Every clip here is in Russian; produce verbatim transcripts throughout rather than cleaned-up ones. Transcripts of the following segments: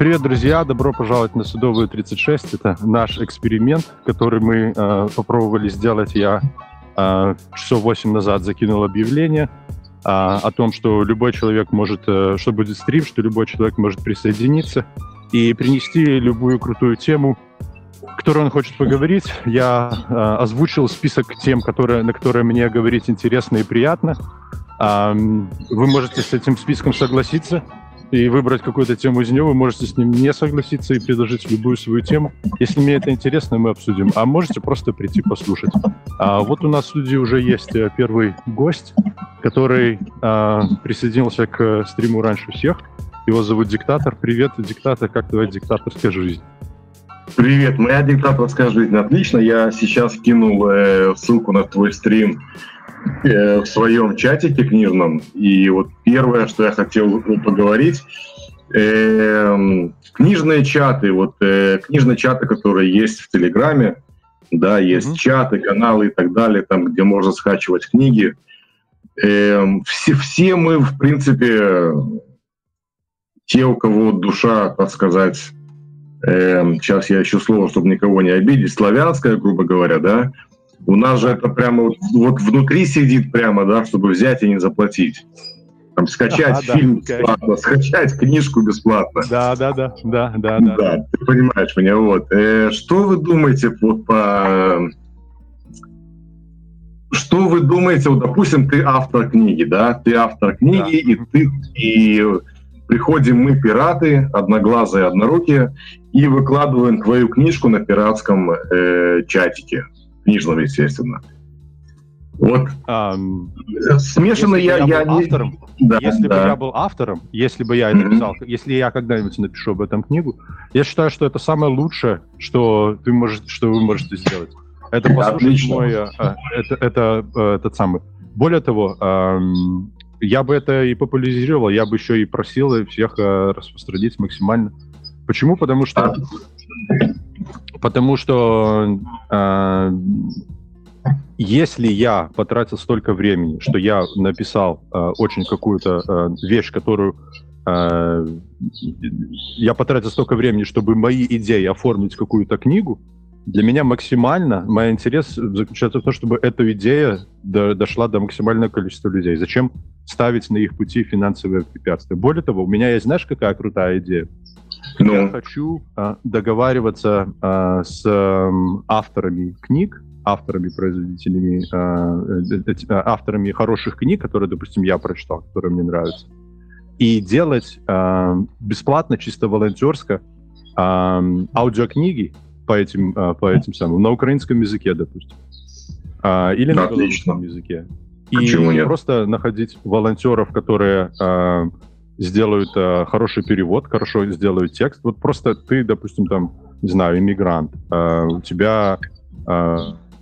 Привет, друзья! Добро пожаловать на Судовую тридцать шесть. Это наш эксперимент, который мы э, попробовали сделать. Я э, часов восемь назад закинул объявление э, о том, что любой человек может, э, что будет стрим, что любой человек может присоединиться и принести любую крутую тему, которую он хочет поговорить. Я э, озвучил список тем, которые, на которые мне говорить интересно и приятно. Э, вы можете с этим списком согласиться и выбрать какую-то тему из него, вы можете с ним не согласиться и предложить любую свою тему. Если мне это интересно, мы обсудим. А можете просто прийти послушать. А вот у нас в студии уже есть первый гость, который а, присоединился к стриму раньше всех. Его зовут Диктатор. Привет, Диктатор, как твоя диктаторская жизнь? Привет, моя диктаторская жизнь отлично. Я сейчас кинул э, ссылку на твой стрим в своем чатике книжном. И вот первое, что я хотел поговорить, э, книжные чаты, вот э, книжные чаты, которые есть в Телеграме, да, есть mm-hmm. чаты, каналы и так далее, там, где можно скачивать книги. Э, все, все мы, в принципе, те, у кого душа, так сказать, э, сейчас я ищу слово, чтобы никого не обидеть, славянская, грубо говоря, да, у нас же это прямо вот, вот внутри сидит прямо, да, чтобы взять и не заплатить. Там, скачать ага, фильм да, бесплатно, конечно. Скачать книжку бесплатно. Да, да, да, да, да, да. Да, ты понимаешь меня, вот. Э, что вы думаете вот по... Что вы думаете, вот, допустим, ты автор книги, да? Ты автор книги, да. и ты... И приходим мы, пираты, одноглазые, однорукие, и выкладываем твою книжку на пиратском э, чатике. Книжного, естественно. Вот. Um, смешанно я... я, я был не... автором, да, если да. бы я был автором, если бы я это написал, mm-hmm. если я когда-нибудь напишу об этом книгу, я считаю, что это самое лучшее, что ты можешь, что вы можете сделать. Это послушать мой... А, это, это а, этот самый... Более того, а, я бы это и популяризировал, я бы еще и просил всех а, распространить максимально. Почему? Потому что... А. Потому что э, если я потратил столько времени, что я написал э, очень какую-то э, вещь, которую э, я потратил столько времени, чтобы мои идеи оформить в какую-то книгу, для меня максимально, мой интерес заключается в том, чтобы эта идея до, дошла до максимального количества людей. Зачем ставить на их пути финансовые препятствия? Более того, у меня есть, знаешь, какая крутая идея? Ну. Я хочу а, договариваться а, с а, авторами книг, авторами, производителями, а, а, авторами хороших книг, которые, допустим, я прочитал, которые мне нравятся, и делать а, бесплатно, чисто волонтерско а, аудиокниги по этим, а, по этим самым, на украинском языке, допустим, а, или на белорусском языке. Почему и нет? Просто находить волонтеров, которые... А, сделают э, хороший перевод, хорошо сделают текст. Вот просто ты, допустим, там, не знаю, иммигрант, э, у тебя э,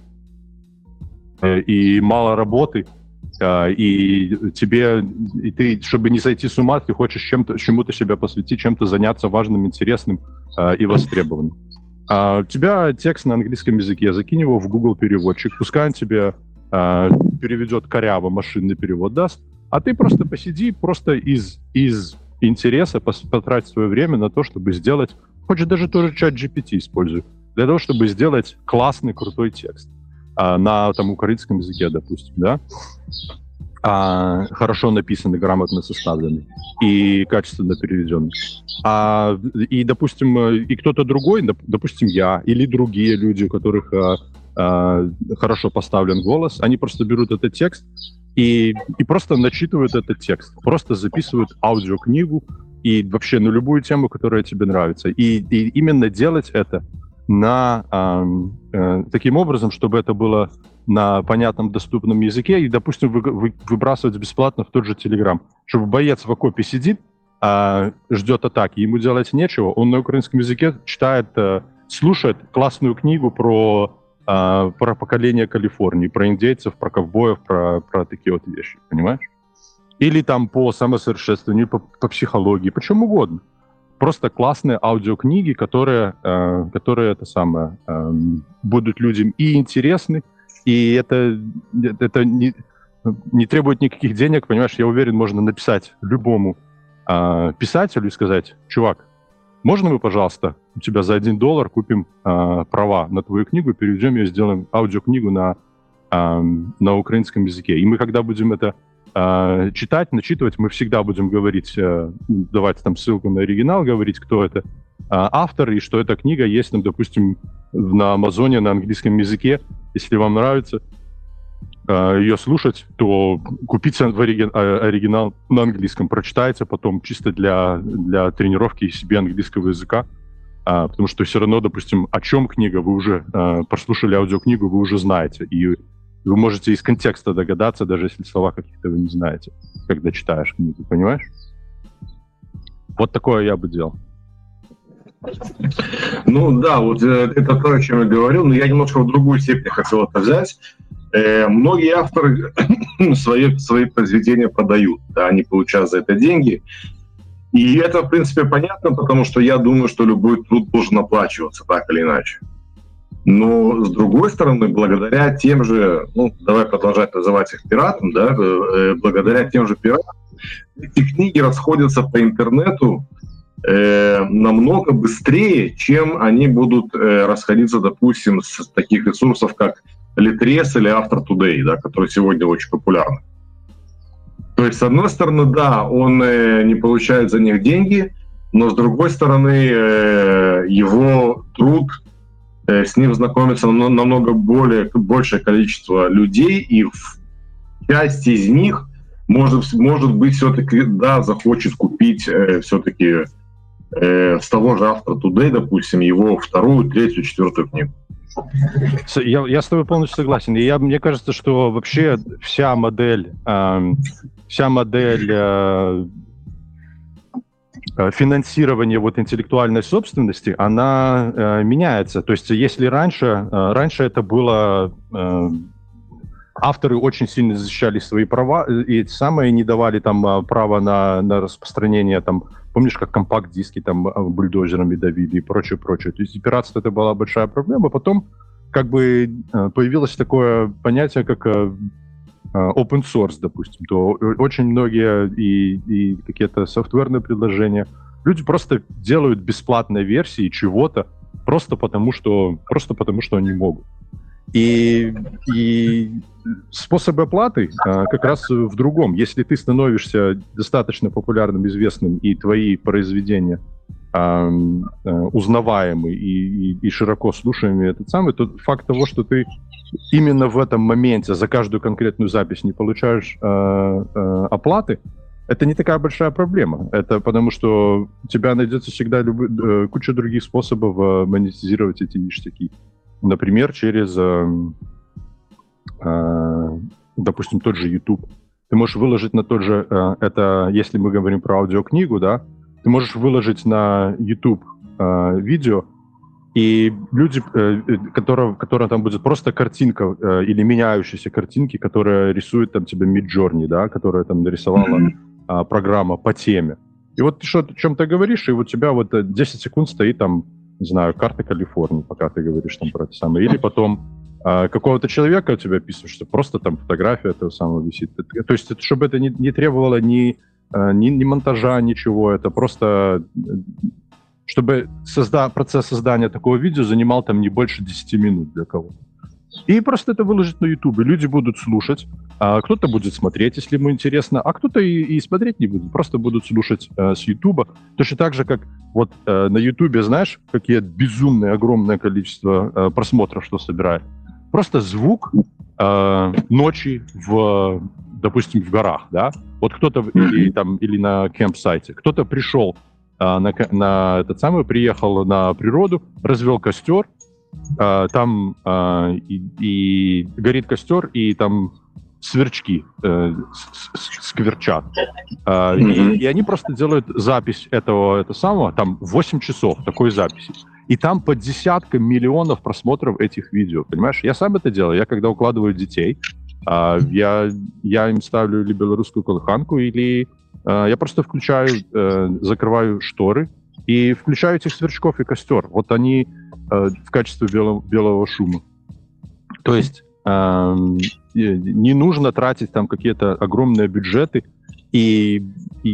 э, и мало работы, э, и тебе, и ты, чтобы не сойти с ума, ты хочешь чем-то, чему-то себя посвятить, чем-то заняться важным, интересным э, и востребованным. А у тебя текст на английском языке, закинь его в Google переводчик, пускай он тебе э, переведет коряво, машинный перевод даст, а ты просто посиди, просто из, из интереса потрать свое время на то, чтобы сделать, хочешь даже тоже чат джи пи ти используй, для того, чтобы сделать классный, крутой текст а, на там, украинском языке, допустим, да, а, хорошо написанный, грамотно составленный и качественно переведенный. А, и, допустим, и кто-то другой, допустим, я или другие люди, у которых а, а, хорошо поставлен голос, они просто берут этот текст, И, и просто начитывают этот текст, просто записывают аудиокнигу и вообще на любую тему, которая тебе нравится. И, и именно делать это на, э, э, таким образом, чтобы это было на понятном, доступном языке, и, допустим, вы, вы, выбрасывать бесплатно в тот же Telegram, чтобы боец в окопе сидит, э, ждет атаки, ему делать нечего, он на украинском языке читает, э, слушает классную книгу про... про поколение Калифорнии, про индейцев, про ковбоев, про, про такие вот вещи, понимаешь? Или там по самосовершенствованию, по, по психологии, по чему угодно. Просто классные аудиокниги, которые, э, которые это самое, э, будут людям и интересны, и это, это не, не требует никаких денег, понимаешь? Я уверен, можно написать любому э, писателю и сказать: чувак, можно мы, пожалуйста, у тебя за один доллар купим э, права на твою книгу, переведем ее, сделаем аудиокнигу на, э, на украинском языке. И мы, когда будем это э, читать, начитывать, мы всегда будем говорить, э, давать там ссылку на оригинал, говорить, кто это э, автор, и что эта книга есть, ну, допустим, на Амазоне на английском языке. Если вам нравится ее слушать, то купите оригинал на английском, прочитайте потом чисто для, для тренировки себе английского языка, а, потому что все равно, допустим, о чем книга, вы уже а, прослушали аудиокнигу, вы уже знаете, и вы можете из контекста догадаться, даже если слова каких-то вы не знаете, когда читаешь книгу, понимаешь? Вот такое я бы делал. Ну да, вот это то, о чем я говорил, но я немножко в другую степень хотел это взять. Э, многие авторы свои, свои произведения продают, да, они получают за это деньги. И это, в принципе, понятно, потому что я думаю, что любой труд должен оплачиваться, так или иначе. Но, с другой стороны, благодаря тем же, ну, давай продолжать называть их пиратом, да, э, благодаря тем же пиратам, эти книги расходятся по интернету э, намного быстрее, чем они будут э, расходиться, допустим, с таких ресурсов, как Литрес или Автор Today, да, которые сегодня очень популярны. То есть, с одной стороны, да, он э, не получает за них деньги, но с другой стороны, э, его труд, э, с ним знакомится намного более, большее количество людей, и часть из них, может, может быть, все-таки, да, захочет купить э, все-таки э, с того же Автор Today, допустим, его вторую, третью, четвертую книгу. Я, я с тобой полностью согласен. И я, мне кажется, что вообще вся модель, э, вся модель э, финансирования вот интеллектуальной собственности, она э, меняется. То есть если раньше, э, раньше это было... Э, авторы очень сильно защищали свои права, и самое не давали там право на, на распространение, там, помнишь, как компакт-диски там бульдозерами давили и прочее, прочее. То есть пиратство это была большая проблема. Потом как бы появилось такое понятие, как open source, допустим. То очень многие и, и какие-то софтверные предложения люди просто делают бесплатные версии чего-то просто потому, что, просто потому, что они могут. И, и способы оплаты а, как раз в другом. Если ты становишься достаточно популярным, известным, и твои произведения а, а, узнаваемы и, и, и широко слушаемы, этот самый, то факт того, что ты именно в этом моменте за каждую конкретную запись не получаешь а, а, оплаты, это не такая большая проблема. Это потому, что у тебя найдется всегда люб... куча других способов монетизировать эти ништяки. Например, через, э, э, допустим, тот же YouTube. Ты можешь выложить на тот же, э, это если мы говорим про аудиокнигу, да, ты можешь выложить на YouTube э, видео, и люди, э, которые, которая там будет просто картинка э, или меняющиеся картинки, которые рисует там тебе Midjourney, да, которая там нарисовала mm-hmm. э, программа по теме. И вот ты что, о чем-то говоришь, и у тебя вот десять секунд стоит там, не знаю, карта Калифорнии, пока ты говоришь там про это самое. Или потом э, какого-то человека у тебя описываешь, что просто там фотография этого самого висит. Это, то есть, это, чтобы это не, не требовало ни, э, ни, ни монтажа, ничего. Это просто... Чтобы созда- процесс создания такого видео занимал там не больше десять минут для кого-то. И просто это выложить на YouTube. Люди будут слушать, а кто-то будет смотреть, если ему интересно, а кто-то и, и смотреть не будет, просто будут слушать э, с YouTube. Точно так же, как вот э, на YouTube, знаешь, какие безумное, огромное количество э, просмотров, что собирает. Просто звук э, ночи в, допустим, в горах, да? Вот кто-то или, там, или на кемп-сайте, кто-то пришел э, на, на этот самый, приехал на природу, развел костер, Uh, там uh, и, и горит костер, и там сверчки uh, скверчат. Uh, mm-hmm. и, и они просто делают запись этого, этого самого, там восемь часов такой записи. И там по десяткам миллионов просмотров этих видео, понимаешь? Я сам это делаю. Я когда укладываю детей, uh, я, я им ставлю или белорусскую колыханку, или uh, я просто включаю, uh, закрываю шторы и включаю этих сверчков и костер. Вот они в качестве белого, белого шума. То есть э, не нужно тратить там какие-то огромные бюджеты, и, и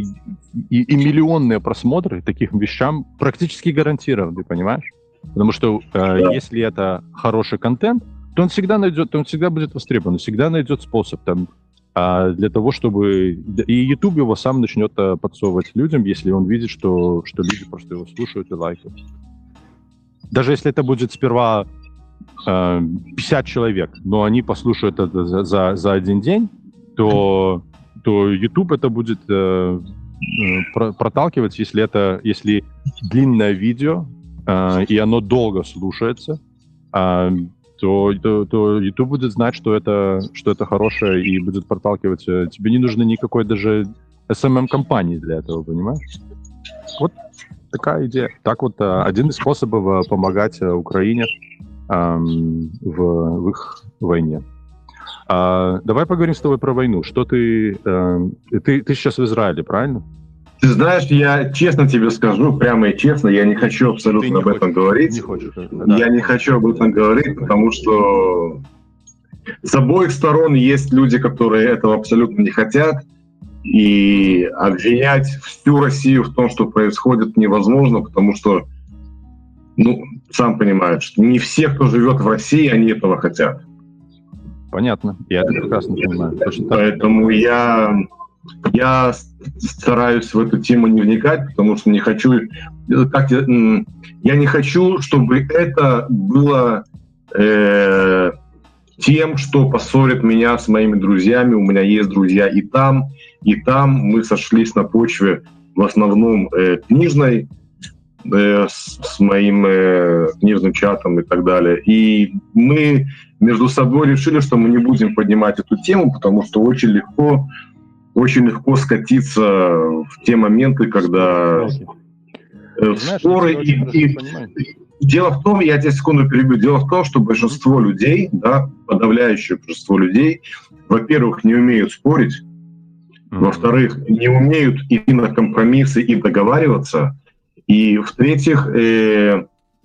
и, и миллионные просмотры таким вещам практически гарантированы, понимаешь? Потому что э, да. если это хороший контент, то он всегда найдет, он всегда будет востребован, всегда найдет способ там, э, для того, чтобы... И YouTube его сам начнет э, подсовывать людям, если он видит, что, что люди просто его слушают и лайкают. Даже если это будет сперва э, пятьдесят человек, но они послушают это за, за, за один день, то, то YouTube это будет э, про, проталкивать, если это если длинное видео, э, и оно долго слушается, э, то, то, то YouTube будет знать, что это, что это хорошее, и будет проталкивать. Тебе не нужно никакой даже эс эм эм-компании для этого, понимаешь? Вот такая идея. Так вот, один из способов помогать Украине эм, в, в их войне. А, давай поговорим с тобой про войну. Что ты, э, ты... Ты сейчас в Израиле, правильно? Ты знаешь, я честно тебе скажу, прямо и честно, я не хочу абсолютно об хочешь, этом говорить. Не хочешь, да. Я не хочу об этом говорить, потому что с обоих сторон есть люди, которые этого абсолютно не хотят. И обвинять всю Россию в том, что происходит, невозможно, потому что, ну, сам понимаешь, что не все, кто живет в России, они этого хотят. Понятно, я это прекрасно понимаю. Поэтому я, я стараюсь в эту тему не вникать, потому что не хочу, как я, я не хочу, чтобы это было э, тем, что поссорит меня с моими друзьями. У меня есть друзья и там, и там. Мы сошлись на почве в основном э, книжной, э, с, с моим э, книжным чатом и так далее. И мы между собой решили, что мы не будем поднимать эту тему, потому что очень легко, очень легко скатиться в те моменты, когда э, споры и, и дело в том, я тебя секунду перебью, дело в том, что большинство людей, да, подавляющее большинство людей, во-первых, не умеют спорить, mm-hmm. во-вторых, не умеют идти на компромиссы и договариваться, и в-третьих, э,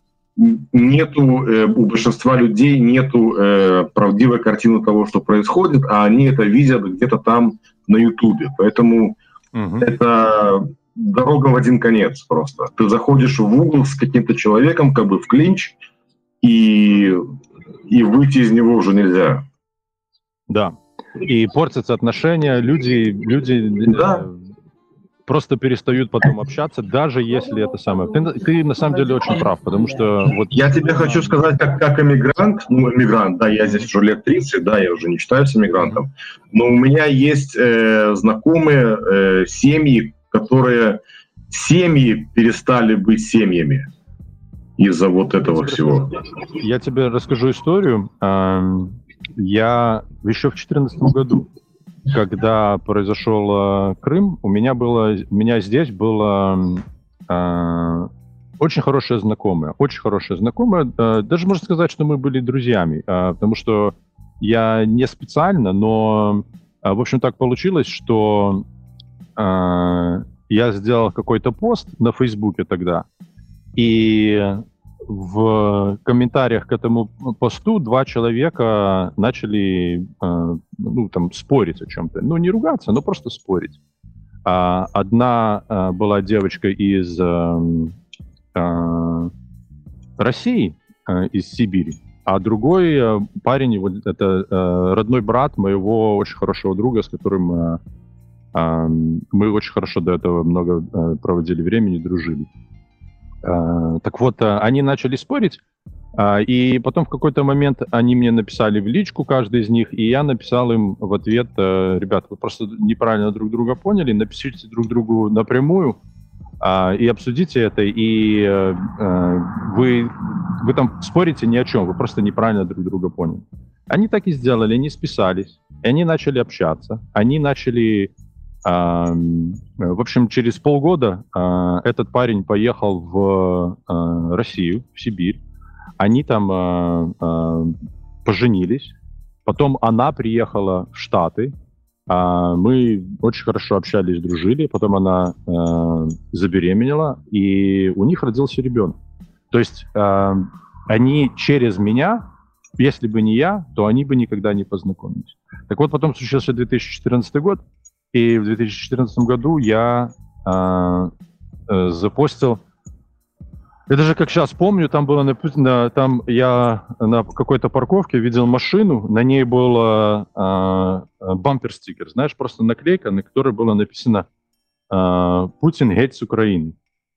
нету э, у большинства людей нету э, правдивой картины того, что происходит, а они это видят где-то там на Ютубе, поэтому mm-hmm. это дорога в один конец просто. Ты заходишь в угол с каким-то человеком, как бы в клинч, и, и выйти из него уже нельзя. Да. И портятся отношения, люди, люди да. просто перестают потом общаться, даже если это самое. Ты, ты на самом деле очень прав, потому что... Вот... Я тебе хочу сказать, как, как эмигрант, ну, эмигрант, да, я здесь уже лет тридцать, да, я уже не считаюсь эмигрантом, но у меня есть э, знакомые э, семьи, которые семьи перестали быть семьями из-за вот этого всего. Я тебе расскажу историю. Я еще в две тысячи четырнадцатом году, когда произошел Крым, у меня было, у меня здесь было очень хорошая знакомая, очень хорошая знакомая. Даже можно сказать, что мы были друзьями, потому что я не специально, но в общем так получилось, что я сделал какой-то пост на Фейсбуке тогда, и в комментариях к этому посту два человека начали ну, там, спорить о чем-то. Ну, не ругаться, но просто спорить. Одна была девочка из России, из Сибири, а другой парень, вот это родной брат моего очень хорошего друга, с которым мы очень хорошо до этого много проводили времени, дружили. Так вот, они начали спорить, и потом в какой-то момент они мне написали в личку, каждый из них, и я написал им в ответ: ребят, вы просто неправильно друг друга поняли, напишите друг другу напрямую и обсудите это, и вы, вы там спорите ни о чем, вы просто неправильно друг друга поняли. Они так и сделали, они списались, и они начали общаться, они начали... В общем, через полгода этот парень поехал в Россию, в Сибирь. Они там поженились. Потом она приехала в Штаты. Мы очень хорошо общались, дружили. Потом она забеременела, и у них родился ребенок. То есть они через меня, если бы не я, то они бы никогда не познакомились. Так вот, потом случился две тысячи четырнадцатый год. И в две тысячи четырнадцатом году я э, э, запостил. Я даже как сейчас помню, там было написано, там я на какой-то парковке видел машину, на ней был э, бампер-стикер, знаешь, просто наклейка, на которой было написано э, «Путин геть с Украины».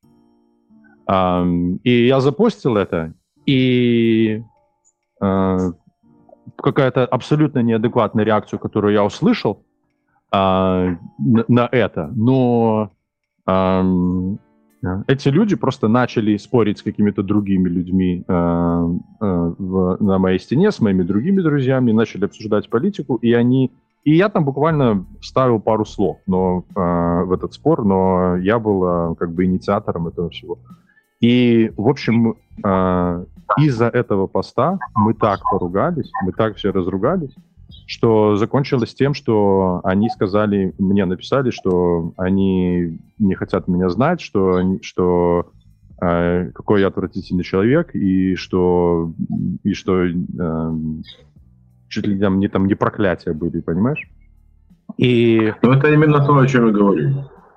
Э, и я запостил это, и э, какая-то абсолютно неадекватная реакция, которую я услышал э, на, на это, но... Э, Эти люди просто начали спорить с какими-то другими людьми э, э, в, на моей стене, с моими другими друзьями, начали обсуждать политику, и они... И я там буквально вставил пару слов но, э, в этот спор, но я был э, как бы инициатором этого всего. И, в общем, э, из-за этого поста мы так поругались, мы так все разругались, что закончилось тем, что они сказали, мне написали, что они не хотят меня знать, что, они, что э, какой я отвратительный человек, и что, и что э, чуть ли там не, там не проклятия были, понимаешь? И... Ну, это именно то, о чем я говорю.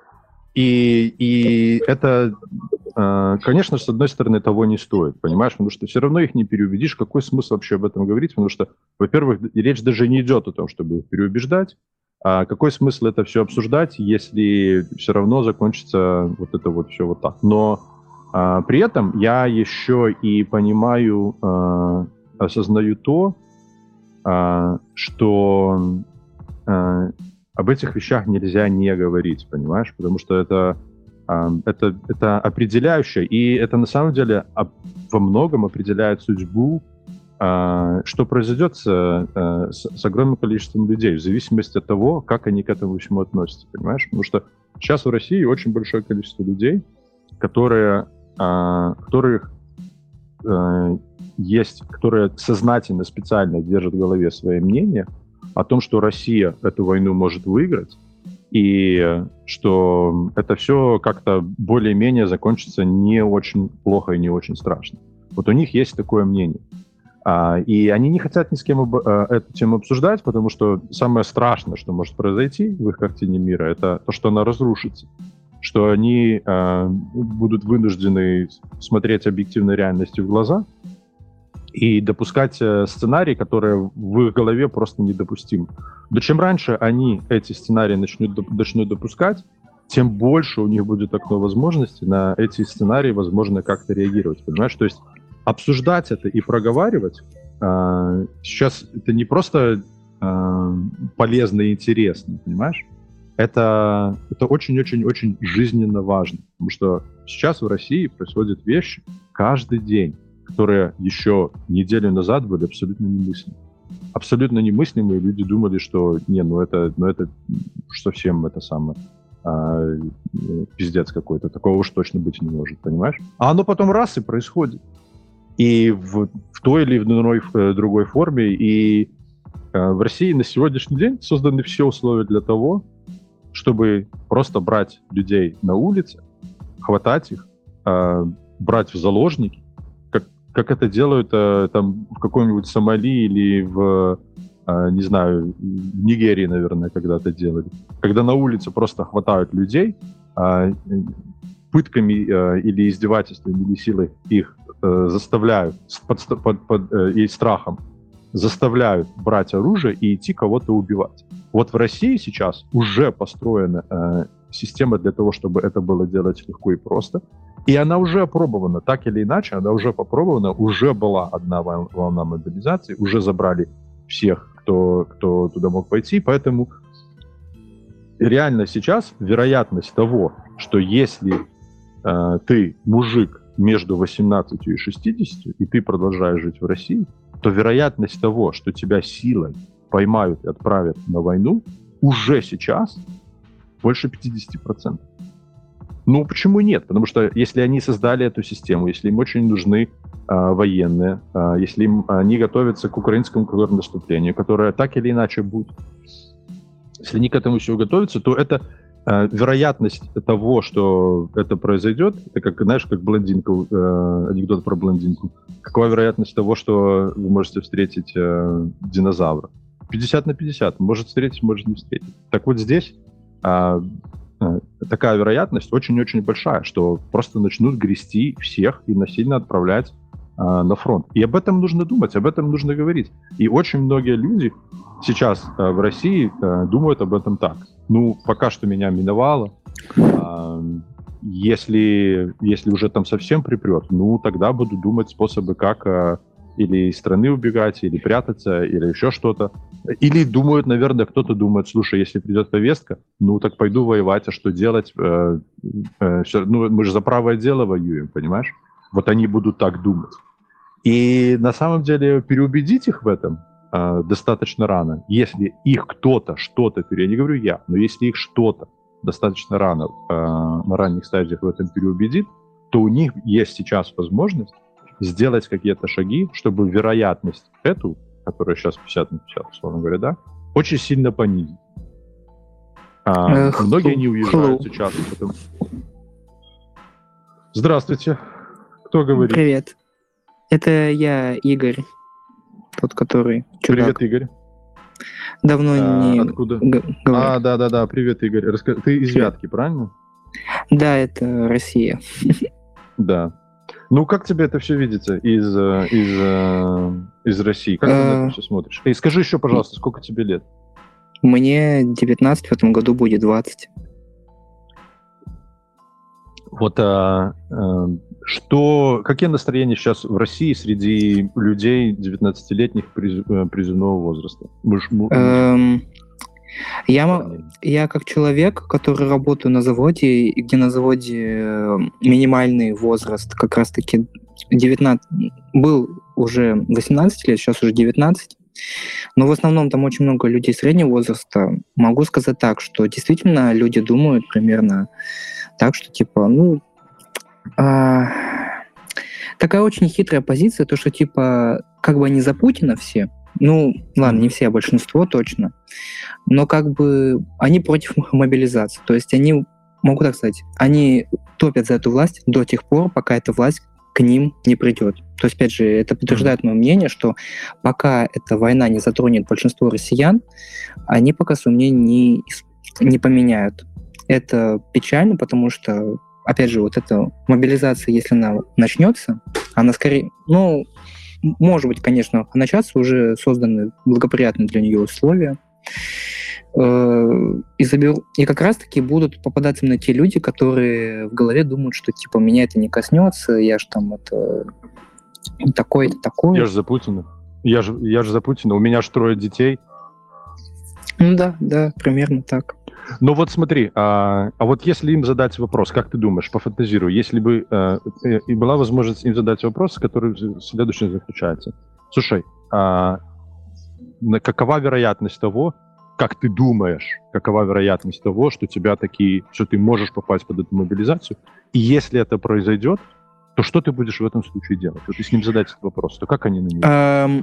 И, и это, э, конечно, с одной стороны, того не стоит, понимаешь? Потому что все равно их не переубедишь. Какой смысл вообще об этом говорить? Потому что, во-первых, речь даже не идет о том, чтобы их переубеждать. А какой смысл это все обсуждать, если все равно закончится вот это вот все вот так? Но э, при этом я еще и понимаю, э, осознаю то, э, что... Э, об этих вещах нельзя не говорить, понимаешь? Потому что это, это, это определяющее, и это на самом деле во многом определяет судьбу, что произойдет с, с, с огромным количеством людей, в зависимости от того, как они к этому всему относятся, понимаешь? Потому что сейчас в России очень большое количество людей, которые, которых есть, которые сознательно, специально держат в голове свои мнения о том, что Россия эту войну может выиграть, и что это все как-то более-менее закончится не очень плохо и не очень страшно. Вот у них есть такое мнение. И они не хотят ни с кем эту тему обсуждать, потому что самое страшное, что может произойти в их картине мира, это то, что она разрушится, что они будут вынуждены смотреть объективной реальности в глаза и допускать сценарии, которые в их голове просто недопустимы. Но чем раньше они эти сценарии начнут, начнут допускать, тем больше у них будет окно возможностей на эти сценарии, возможно, как-то реагировать. Понимаешь? То есть обсуждать это и проговаривать э, сейчас это не просто э, полезно и интересно, понимаешь? Это, это очень-очень-очень жизненно важно. Потому что сейчас в России происходят вещи каждый день, которые еще неделю назад были абсолютно немыслимы. Абсолютно немыслимые. Люди думали, что не, ну это, ну это совсем это самое а, пиздец какой-то. Такого уж точно быть не может, понимаешь? А оно потом раз и происходит. И в, в той или иной в другой форме. И а, в России на сегодняшний день созданы все условия для того, чтобы просто брать людей на улице, хватать их, а, брать в заложники, как это делают э, там в каком-нибудь Сомали или в, э, не знаю, в Нигерии, наверное, когда-то делали. Когда на улице просто хватают людей, э, пытками э, или издевательствами, или силой их э, заставляют, под, под, под, э, и страхом заставляют брать оружие и идти кого-то убивать. Вот в России сейчас уже построена э, система для того, чтобы это было делать легко и просто. И она уже опробована, так или иначе, она уже попробована, уже была одна волна мобилизации, уже забрали всех, кто, кто туда мог пойти, поэтому реально сейчас вероятность того, что если э, ты мужик между восемнадцатью и шестидесятью, и ты продолжаешь жить в России, то вероятность того, что тебя силой поймают и отправят на войну, уже сейчас больше пятьдесят процентов. Ну, почему нет? Потому что если они создали эту систему, если им очень нужны э, военные, э, если им, они готовятся к украинскому контрнаступлению, которое так или иначе будет, если они к этому всего готовятся, то это э, вероятность того, что это произойдет, это как, знаешь, как блондинка, э, анекдот про блондинку. Какова вероятность того, что вы можете встретить э, динозавра? пятьдесят на пятьдесят. Может встретить, может не встретить. Так вот здесь... Э, такая вероятность очень-очень большая, что просто начнут грести всех и насильно отправлять э, на фронт. И об этом нужно думать, об этом нужно говорить. И очень многие люди сейчас э, в России э, думают об этом так. Ну, пока что меня миновало. Э, если, если уже там совсем припрет, ну, тогда буду думать способы, как э, или из страны убегать, или прятаться, или еще что-то. Или думают, наверное, кто-то думает, слушай, если придет повестка, ну, так пойду воевать, а что делать? Э, э, все, ну, мы же за правое дело воюем, понимаешь? Вот они будут так думать. И на самом деле переубедить их в этом э, достаточно рано. Если их кто-то, что-то, я не говорю я, но если их что-то достаточно рано, э, на ранних стадиях в этом переубедит, то у них есть сейчас возможность сделать какие-то шаги, чтобы вероятность эту, которая сейчас пятьдесят на пятьдесят, условно говоря, да, очень сильно понизить. А, Эх, многие не уезжают hello. Сейчас. Потому... Здравствуйте. Кто говорит? Привет. Это я, Игорь, тот, который чудак. Привет, Игорь. Давно а, не откуда? Г- а, да-да-да, привет, Игорь. Раска... Ты из привет. Вятки, правильно? Да, это Россия. Да. Ну, как тебе это все видится из, из, из России? Как ты на это все смотришь? И скажи еще, пожалуйста, сколько тебе лет? Мне девятнадцать, в этом году будет двадцать. Вот а, а, что, какие настроения сейчас в России среди людей девятнадцатилетних приз, призывного возраста? Мы, мы, эм, я, я как человек, который работаю на заводе, где на заводе минимальный возраст как раз-таки девятнадцать, был уже восемнадцать лет, сейчас уже девятнадцать. Но в основном там очень много людей среднего возраста. Могу сказать так, что действительно люди думают примерно так, что типа, ну, а, такая очень хитрая позиция, то, что типа, как бы они за Путина все, ну, ладно, не все, а большинство точно, но как бы они против мобилизации. То есть они, могу так сказать, они топят за эту власть до тех пор, пока эта власть к ним не придет. То есть, опять же, это подтверждает мое мнение, что пока эта война не затронет большинство россиян, они пока свое мнение не, не поменяют. Это печально, потому что, опять же, вот эта мобилизация, если она начнется, она скорее, ну, может быть, конечно, начаться, уже созданы благоприятные для нее условия, и, заберу... и как раз-таки будут попадаться именно те люди, которые в голове думают, что типа меня это не коснется, я же там это такой-то, такой. Я же за Путина. Я же, я же за Путина. У меня же трое детей. Ну да, да, примерно так. Ну вот смотри, а, а вот если им задать вопрос, как ты думаешь, пофантазируй, если бы а, и была возможность им задать вопрос, который следующий заключается. Слушай, а, какова вероятность того, как ты думаешь, какова вероятность того, что тебя такие, что ты можешь попасть под эту мобилизацию, и если это произойдет, то что ты будешь в этом случае делать? Вот если им задать этот вопрос, то как они на него? Um...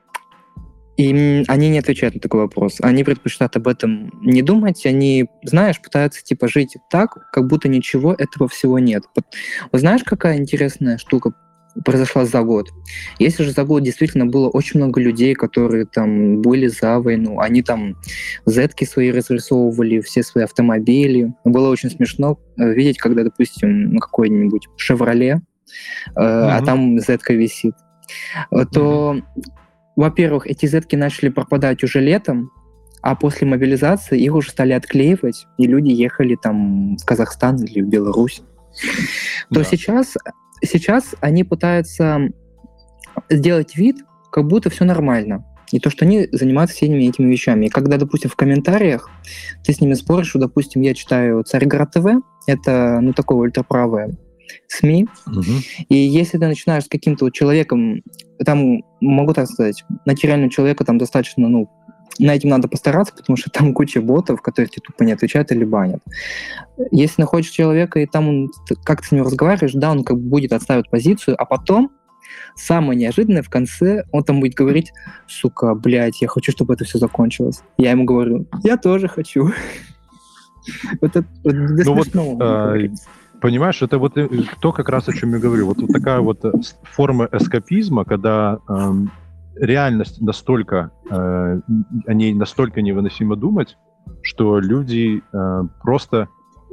И они не отвечают на такой вопрос. Они предпочитают об этом не думать. Они, знаешь, пытаются типа жить так, как будто ничего этого всего нет. Вот знаешь, какая интересная штука произошла за год? Если же за год действительно было очень много людей, которые там были за войну, они там зетки свои разрисовывали, все свои автомобили. Было очень смешно видеть, когда, допустим, на какой-нибудь «Шевроле», mm-hmm. а там зетка висит, то... Mm-hmm. Во-первых, эти зетки начали пропадать уже летом, а после мобилизации их уже стали отклеивать, и люди ехали там в Казахстан или в Беларусь. Да. То сейчас, сейчас они пытаются сделать вид, как будто все нормально. И то, что они занимаются всеми этими вещами. И когда, допустим, в комментариях ты с ними споришь, что, допустим, я читаю Царьград ТВ, это, ну, такое ультраправое СМИ, угу. И если ты начинаешь с каким-то вот человеком, там, могу так сказать, найти реального человека там достаточно, ну, на этим надо постараться, потому что там куча ботов, которые тебе тупо не отвечают или банят. Если находишь человека, и там он, как ты с ним разговариваешь, да, он как бы будет отставить позицию, а потом, самое неожиданное, в конце он там будет говорить: сука, блядь, я хочу, чтобы это все закончилось. Я ему говорю: я тоже хочу. Вот это до смешного. Понимаешь, это вот то, как раз о чем я говорю. Вот, вот такая вот форма эскапизма, когда э, реальность настолько, э, о ней настолько невыносимо думать, что люди э, просто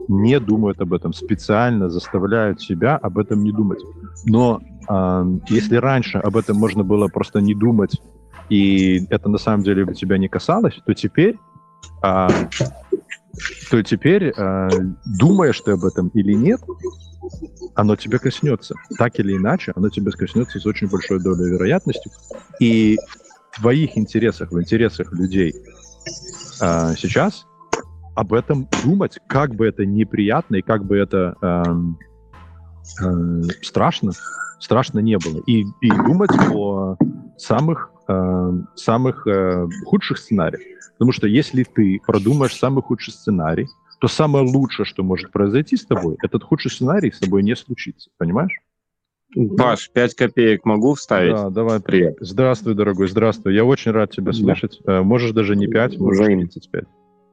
не думают об этом, специально заставляют себя об этом не думать. Но э, если раньше об этом можно было просто не думать, и это на самом деле тебя не касалось, то теперь, э, то теперь э, думаешь ты об этом или нет, оно тебя коснется. Так или иначе, оно тебя коснется с очень большой долей вероятности. И в твоих интересах, в интересах людей э, сейчас об этом думать, как бы это неприятно и как бы это э, э, страшно, страшно не было. И, и думать о самых, э, самых э, худших сценариях. Потому что если ты продумаешь самый худший сценарий, то самое лучшее, что может произойти с тобой, этот худший сценарий с тобой не случится. Понимаешь? Паш, пять копеек могу вставить? Да, давай. Привет. Здравствуй, дорогой, здравствуй. Я очень рад тебя слышать. Да. Можешь даже не пять, можешь тридцать пять.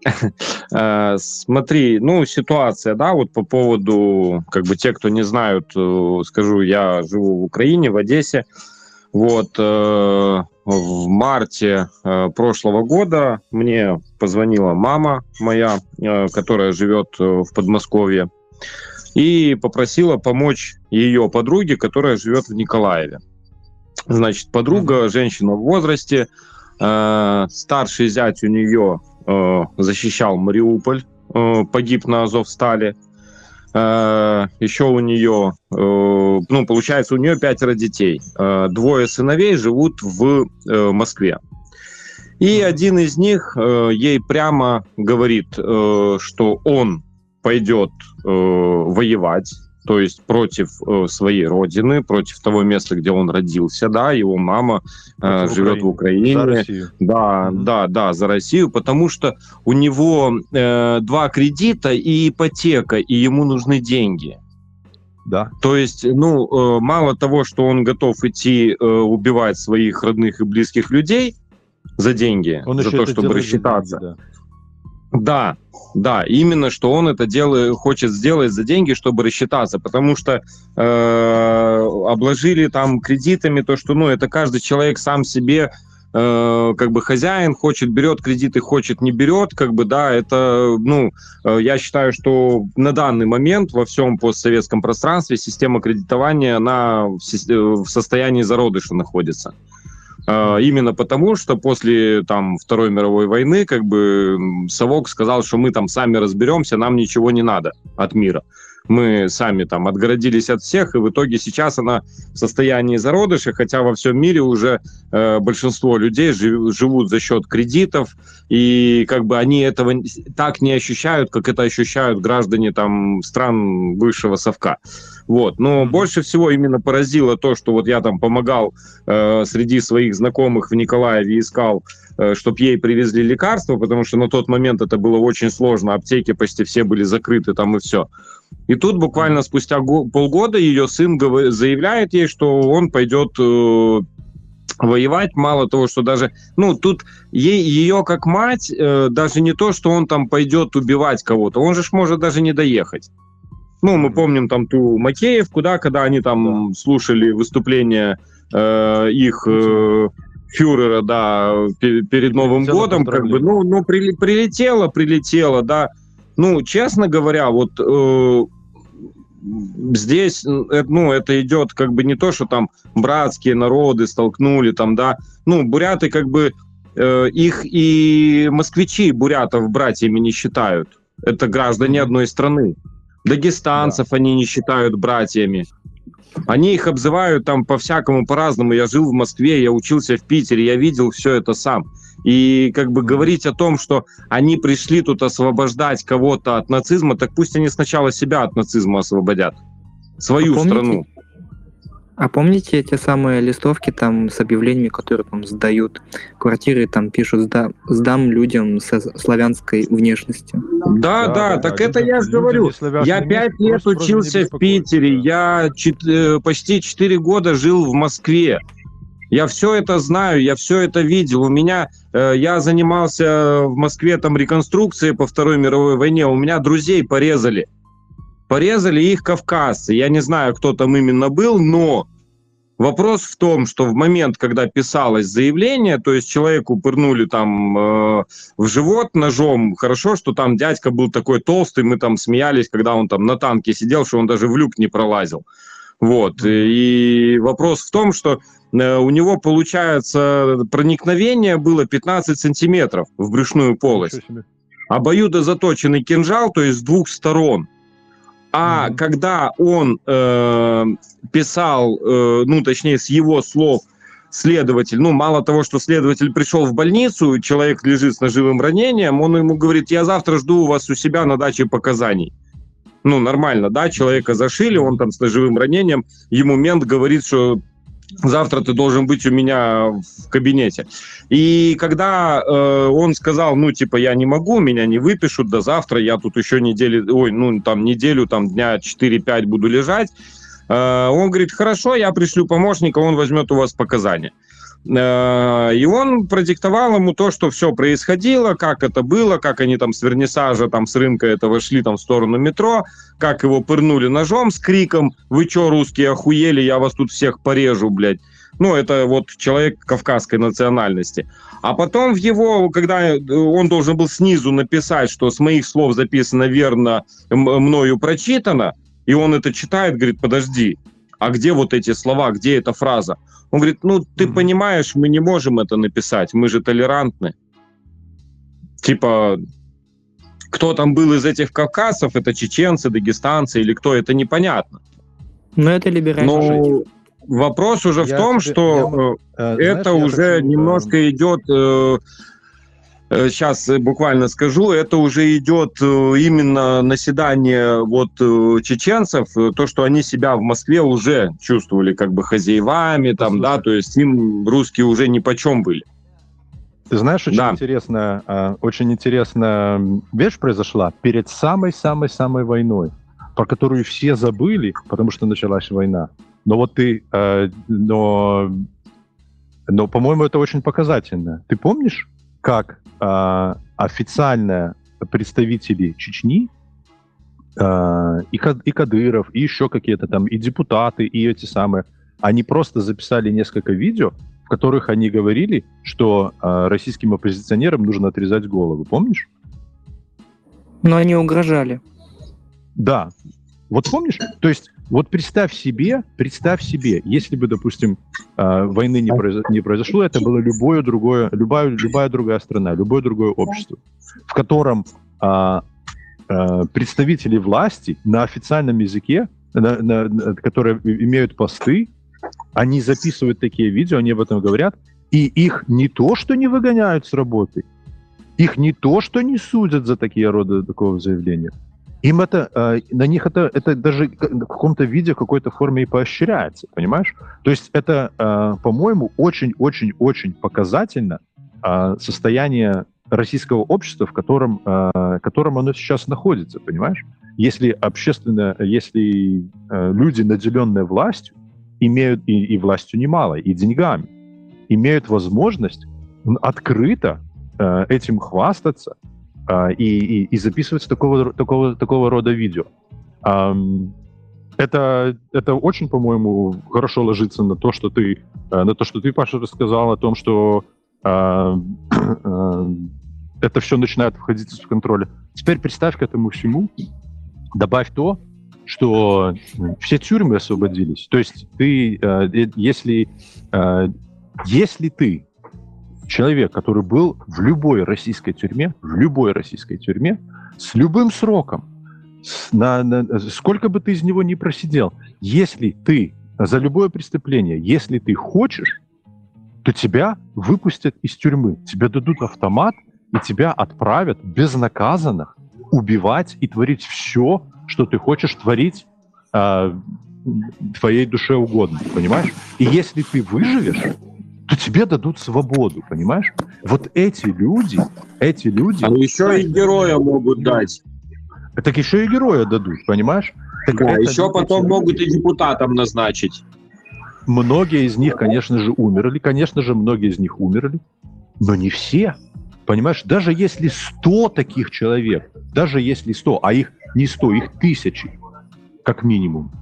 Смотри, ну, ситуация, да, вот по поводу, как бы, те, кто не знают, скажу, я живу в Украине, в Одессе, вот, в марте прошлого года мне позвонила мама моя, которая живет в Подмосковье, и попросила помочь ее подруге, которая живет в Николаеве. Значит, подруга, женщина в возрасте, старший зять у нее защищал Мариуполь, погиб на Азовстале. Еще у нее, ну, получается, у нее пятеро детей. Двое сыновей живут в Москве. И один из них ей прямо говорит, что он пойдет воевать, то есть против э, своей родины, против того места, где он родился, да, его мама э, живет в Украине. За Россию. Да, mm-hmm. да, да, за Россию, потому что у него э, два кредита и ипотека, и ему нужны деньги. Да. То есть, ну, э, мало того, что он готов идти э, убивать своих родных и близких людей за деньги, он за то, чтобы рассчитаться. Деньги, да. Да, да, именно что он это делает, хочет сделать за деньги, чтобы рассчитаться, потому что э, обложили там кредитами то, что, ну, это каждый человек сам себе э, как бы хозяин, хочет берет кредиты, хочет не берет, как бы, да, это, ну, э, я считаю, что на данный момент во всем постсоветском пространстве система кредитования, она в, в состоянии зародыша находится. Именно потому, что после там Второй мировой войны как бы совок сказал, что мы там сами разберемся, нам ничего не надо от мира. Мы сами там отгородились от всех, и в итоге сейчас она в состоянии зародыша, хотя во всем мире уже э, большинство людей жив, живут за счет кредитов, и как бы они этого так не ощущают, как это ощущают граждане там стран бывшего совка. Вот. Но mm-hmm. больше всего именно поразило то, что вот я там помогал э, среди своих знакомых в Николаеве, искал, э, чтобы ей привезли лекарства, потому что на тот момент это было очень сложно, аптеки почти все были закрыты там и все. И тут буквально спустя го- полгода ее сын гов- заявляет ей, что он пойдет э, воевать. Мало того, что даже, ну, тут ей, ее как мать, э, даже не то, что он там пойдет убивать кого-то, он же ж может даже не доехать. Ну, мы помним там ту Макеевку, да, когда они там да. слушали выступление э, их э, фюрера, да, пер- перед Новым Прилетело годом, как бы, ну, ну при- прилетело, прилетело, да. Ну, честно говоря, вот э, здесь, э, ну, это идет как бы не то, что там братские народы столкнули, там, да, ну, буряты как бы, э, их и москвичи бурятов братьями не считают. Это граждане mm-hmm. одной страны. Дагестанцев да. они не считают братьями. Они их обзывают там по-всякому, по-разному. Я жил в Москве, я учился в Питере, я видел все это сам. И как бы говорить о том, что они пришли тут освобождать кого-то от нацизма, так пусть они сначала себя от нацизма освободят. Свою а страну. Помните, а помните эти самые листовки там с объявлениями, которые там сдают квартиры, там пишут «Сдам, сдам людям со славянской внешностью». Да, да, да, так да, это я же говорю. Я пять лет учился в Питере, я чет- почти четыре года жил в Москве. Я все это знаю, я все это видел. У меня, э, я занимался в Москве там реконструкцией по Второй мировой войне. У меня друзей порезали. Порезали их кавказцы. Я не знаю, кто там именно был, но Вопрос в том, что в момент, когда писалось заявление, то есть человеку пырнули там э, в живот ножом, хорошо, что там дядька был такой толстый, мы там смеялись, когда он там на танке сидел, что он даже в люк не пролазил. Вот. И вопрос в том, что э, у него, получается, проникновение было пятнадцать сантиметров в брюшную полость. Обоюдозаточенный кинжал, то есть с двух сторон. А mm-hmm. когда он э, писал, э, ну, точнее, с его слов, следователь, ну, мало того, что следователь пришел в больницу, человек лежит с ножевым ранением, он ему говорит, я завтра жду вас у себя на даче показаний. Ну, нормально, да, человека зашили, он там с ножевым ранением, ему мент говорит, что завтра ты должен быть у меня в кабинете. И когда э, он сказал, ну, типа, я не могу, меня не выпишут до завтра, я тут еще недели, ой, ну, там, неделю, там, дня четыре-пять буду лежать, э, он говорит, хорошо, я пришлю помощника, он возьмет у вас показания. Э, и он продиктовал ему то, что все происходило, как это было, как они там с вернисажа, там, с рынка этого шли там в сторону метро, как его пырнули ножом с криком «Вы чё, русские, охуели? Я вас тут всех порежу, блядь». Ну, это вот человек кавказской национальности. А потом в его, когда он должен был снизу написать, что с моих слов записано верно, мною прочитано, и он это читает, говорит, подожди, а где вот эти слова, где эта фраза? Он говорит, ну, ты mm-hmm. понимаешь, мы не можем это написать, мы же толерантны. Типа... Кто там был из этих кавказцев, это чеченцы, дагестанцы или кто, это непонятно. Но это либерально. Но вопрос уже я в том, тебе, что я, э, это знаешь, уже хочу, немножко э... идет, э, э, сейчас буквально скажу, это уже идет э, именно наседание вот э, чеченцев, э, то, что они себя в Москве уже чувствовали как бы хозяевами, там, да, то есть им русские уже нипочем были. Ты знаешь, очень да. интересная, очень интересная вещь произошла перед самой-самой-самой войной, про которую все забыли, потому что началась война. Но вот ты, но, но по-моему, это очень показательно. Ты помнишь, как официально представители Чечни, и Кадыров, и еще какие-то там, и депутаты, и эти самые, они просто записали несколько видео, в которых они говорили, что э, российским оппозиционерам нужно отрезать голову. Помнишь? Но они угрожали. Да. Вот помнишь? То есть, вот представь себе, представь себе, если бы, допустим, э, войны не, произо- не произошло, это было любое другое, любая, любая другая страна, любое другое общество, в котором э, э, представители власти на официальном языке, на, на, на, которые имеют посты, они записывают такие видео, они об этом говорят, и их не то, что не выгоняют с работы, их не то, что не судят за такие роды такого заявления. Им это, на них это, это даже в каком-то виде, в какой-то форме и поощряется, понимаешь? То есть это, по-моему, очень-очень-очень показательно состояние российского общества, в котором, в котором оно сейчас находится, понимаешь? Если общественно, если люди, наделенные властью, имеют и, и властью немало, и деньгами, имеют возможность открыто э, этим хвастаться э, и, и, и записывать такого, такого, такого рода видео. Эм, это, это очень, по-моему, хорошо ложится на то, что ты, э, на то, что ты, Паша, рассказал о том, что э, э, это все начинает входить из контроля. Теперь представь к этому всему, добавь то, что все тюрьмы освободились. То есть ты, э, если, э, если ты человек, который был в любой российской тюрьме, в любой российской тюрьме, с любым сроком, с, на, на, сколько бы ты из него ни просидел, если ты за любое преступление, если ты хочешь, то тебя выпустят из тюрьмы, тебе дадут автомат, и тебя отправят безнаказанно убивать и творить все, что ты хочешь творить э, твоей душе угодно, понимаешь? И если ты выживешь, то тебе дадут свободу, понимаешь? Вот эти люди, эти люди... А еще и героя могут дать. Так еще и героя дадут, понимаешь? Так да, это, еще потом могут и депутатам назначить. Многие из них, конечно же, умерли, конечно же, многие из них умерли, но не все. Понимаешь, даже если сто таких человек, даже если сто, а их не сто, их тысячи, как минимум,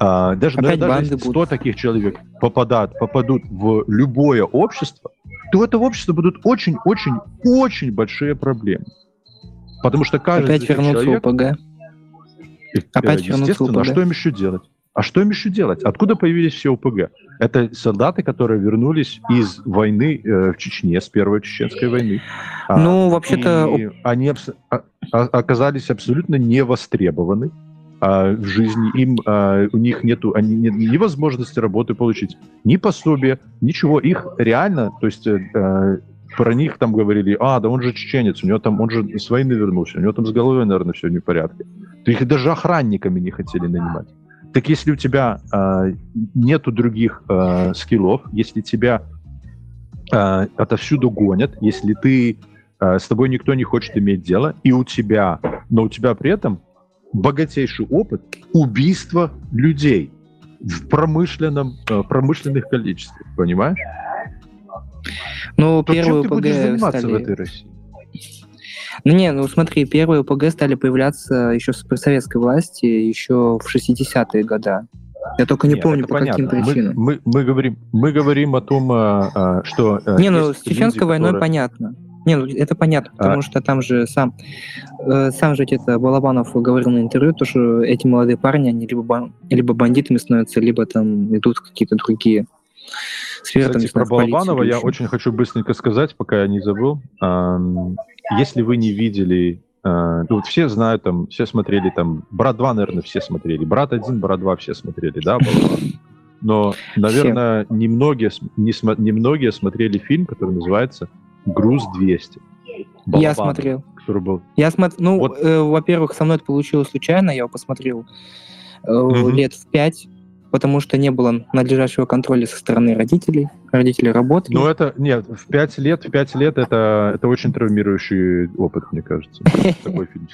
а, даже, ну, Опять даже банды если сто будут. таких человек попадают, попадут в любое общество, то в это общество будут очень-очень-очень большие проблемы. Потому что каждый Опять из этих вернуться в человек... ОПГ. э, Опять вернуться в Естественно, а ОПГ. что им еще делать? А что им еще делать? Откуда появились все ОПГ? Это солдаты, которые вернулись из войны э, в Чечне, с Первой Чеченской войны. Ну, А, вообще-то, и они абс- а- а- оказались абсолютно не востребованы а, в жизни. Им, а, у них нету они, нет ни возможности работы получить, ни пособия, ничего. Их реально, то есть э, э, про них там говорили, а, да он же чеченец, у него там, он же с войны вернулся, у него там с головой, наверное, все не в порядке. То их даже охранниками не хотели нанимать. Так если у тебя э, нету других э, скиллов, если тебя э, отовсюду гонят, если ты э, с тобой никто не хочет иметь дело, и у тебя, но у тебя при этом богатейший опыт убийства людей в промышленном, э, промышленных количествах, понимаешь? ну, То чем первые ты будешь ОПГ заниматься стали... в этой России? Ну не, ну смотри, первые ОПГ стали появляться еще при советской власти, еще в шестидесятые годы. Я только не Нет, помню, это по каким понятно. причинам. Мы, мы, мы, говорим, мы говорим о том, а, а, что... а, Не, ну есть с Чеченской люди, войной которые- понятно. Не, ну это понятно, потому А. что там же сам, э, сам же это Балабанов говорил на интервью, то, что эти молодые парни, они либо, бан- либо бандитами становятся, либо там идут в какие-то другие сферы, там, Кстати, не знаю, про в полицию Балабанова или я еще. очень хочу быстренько сказать, пока я не забыл. Ам, Если вы не видели... а, ну, вот все знают, там, все смотрели, там, «Брат два», наверное, все смотрели. «Брат один», «Брат два» все смотрели, да, Балабанова? Но, наверное, немногие, см- не смо- немногие смотрели фильм, который называется «Груз двести». Я Балабанова, смотрел. который был... Я смотр... Ну, Вот. э, во-первых, со мной это получилось случайно, я его посмотрел э, Мгм. лет в пять, потому что не было надлежащего контроля со стороны родителей. Родители работали. Ну, это... Нет, в пять лет, в пять лет это, это очень травмирующий опыт, мне кажется. Такой фильм.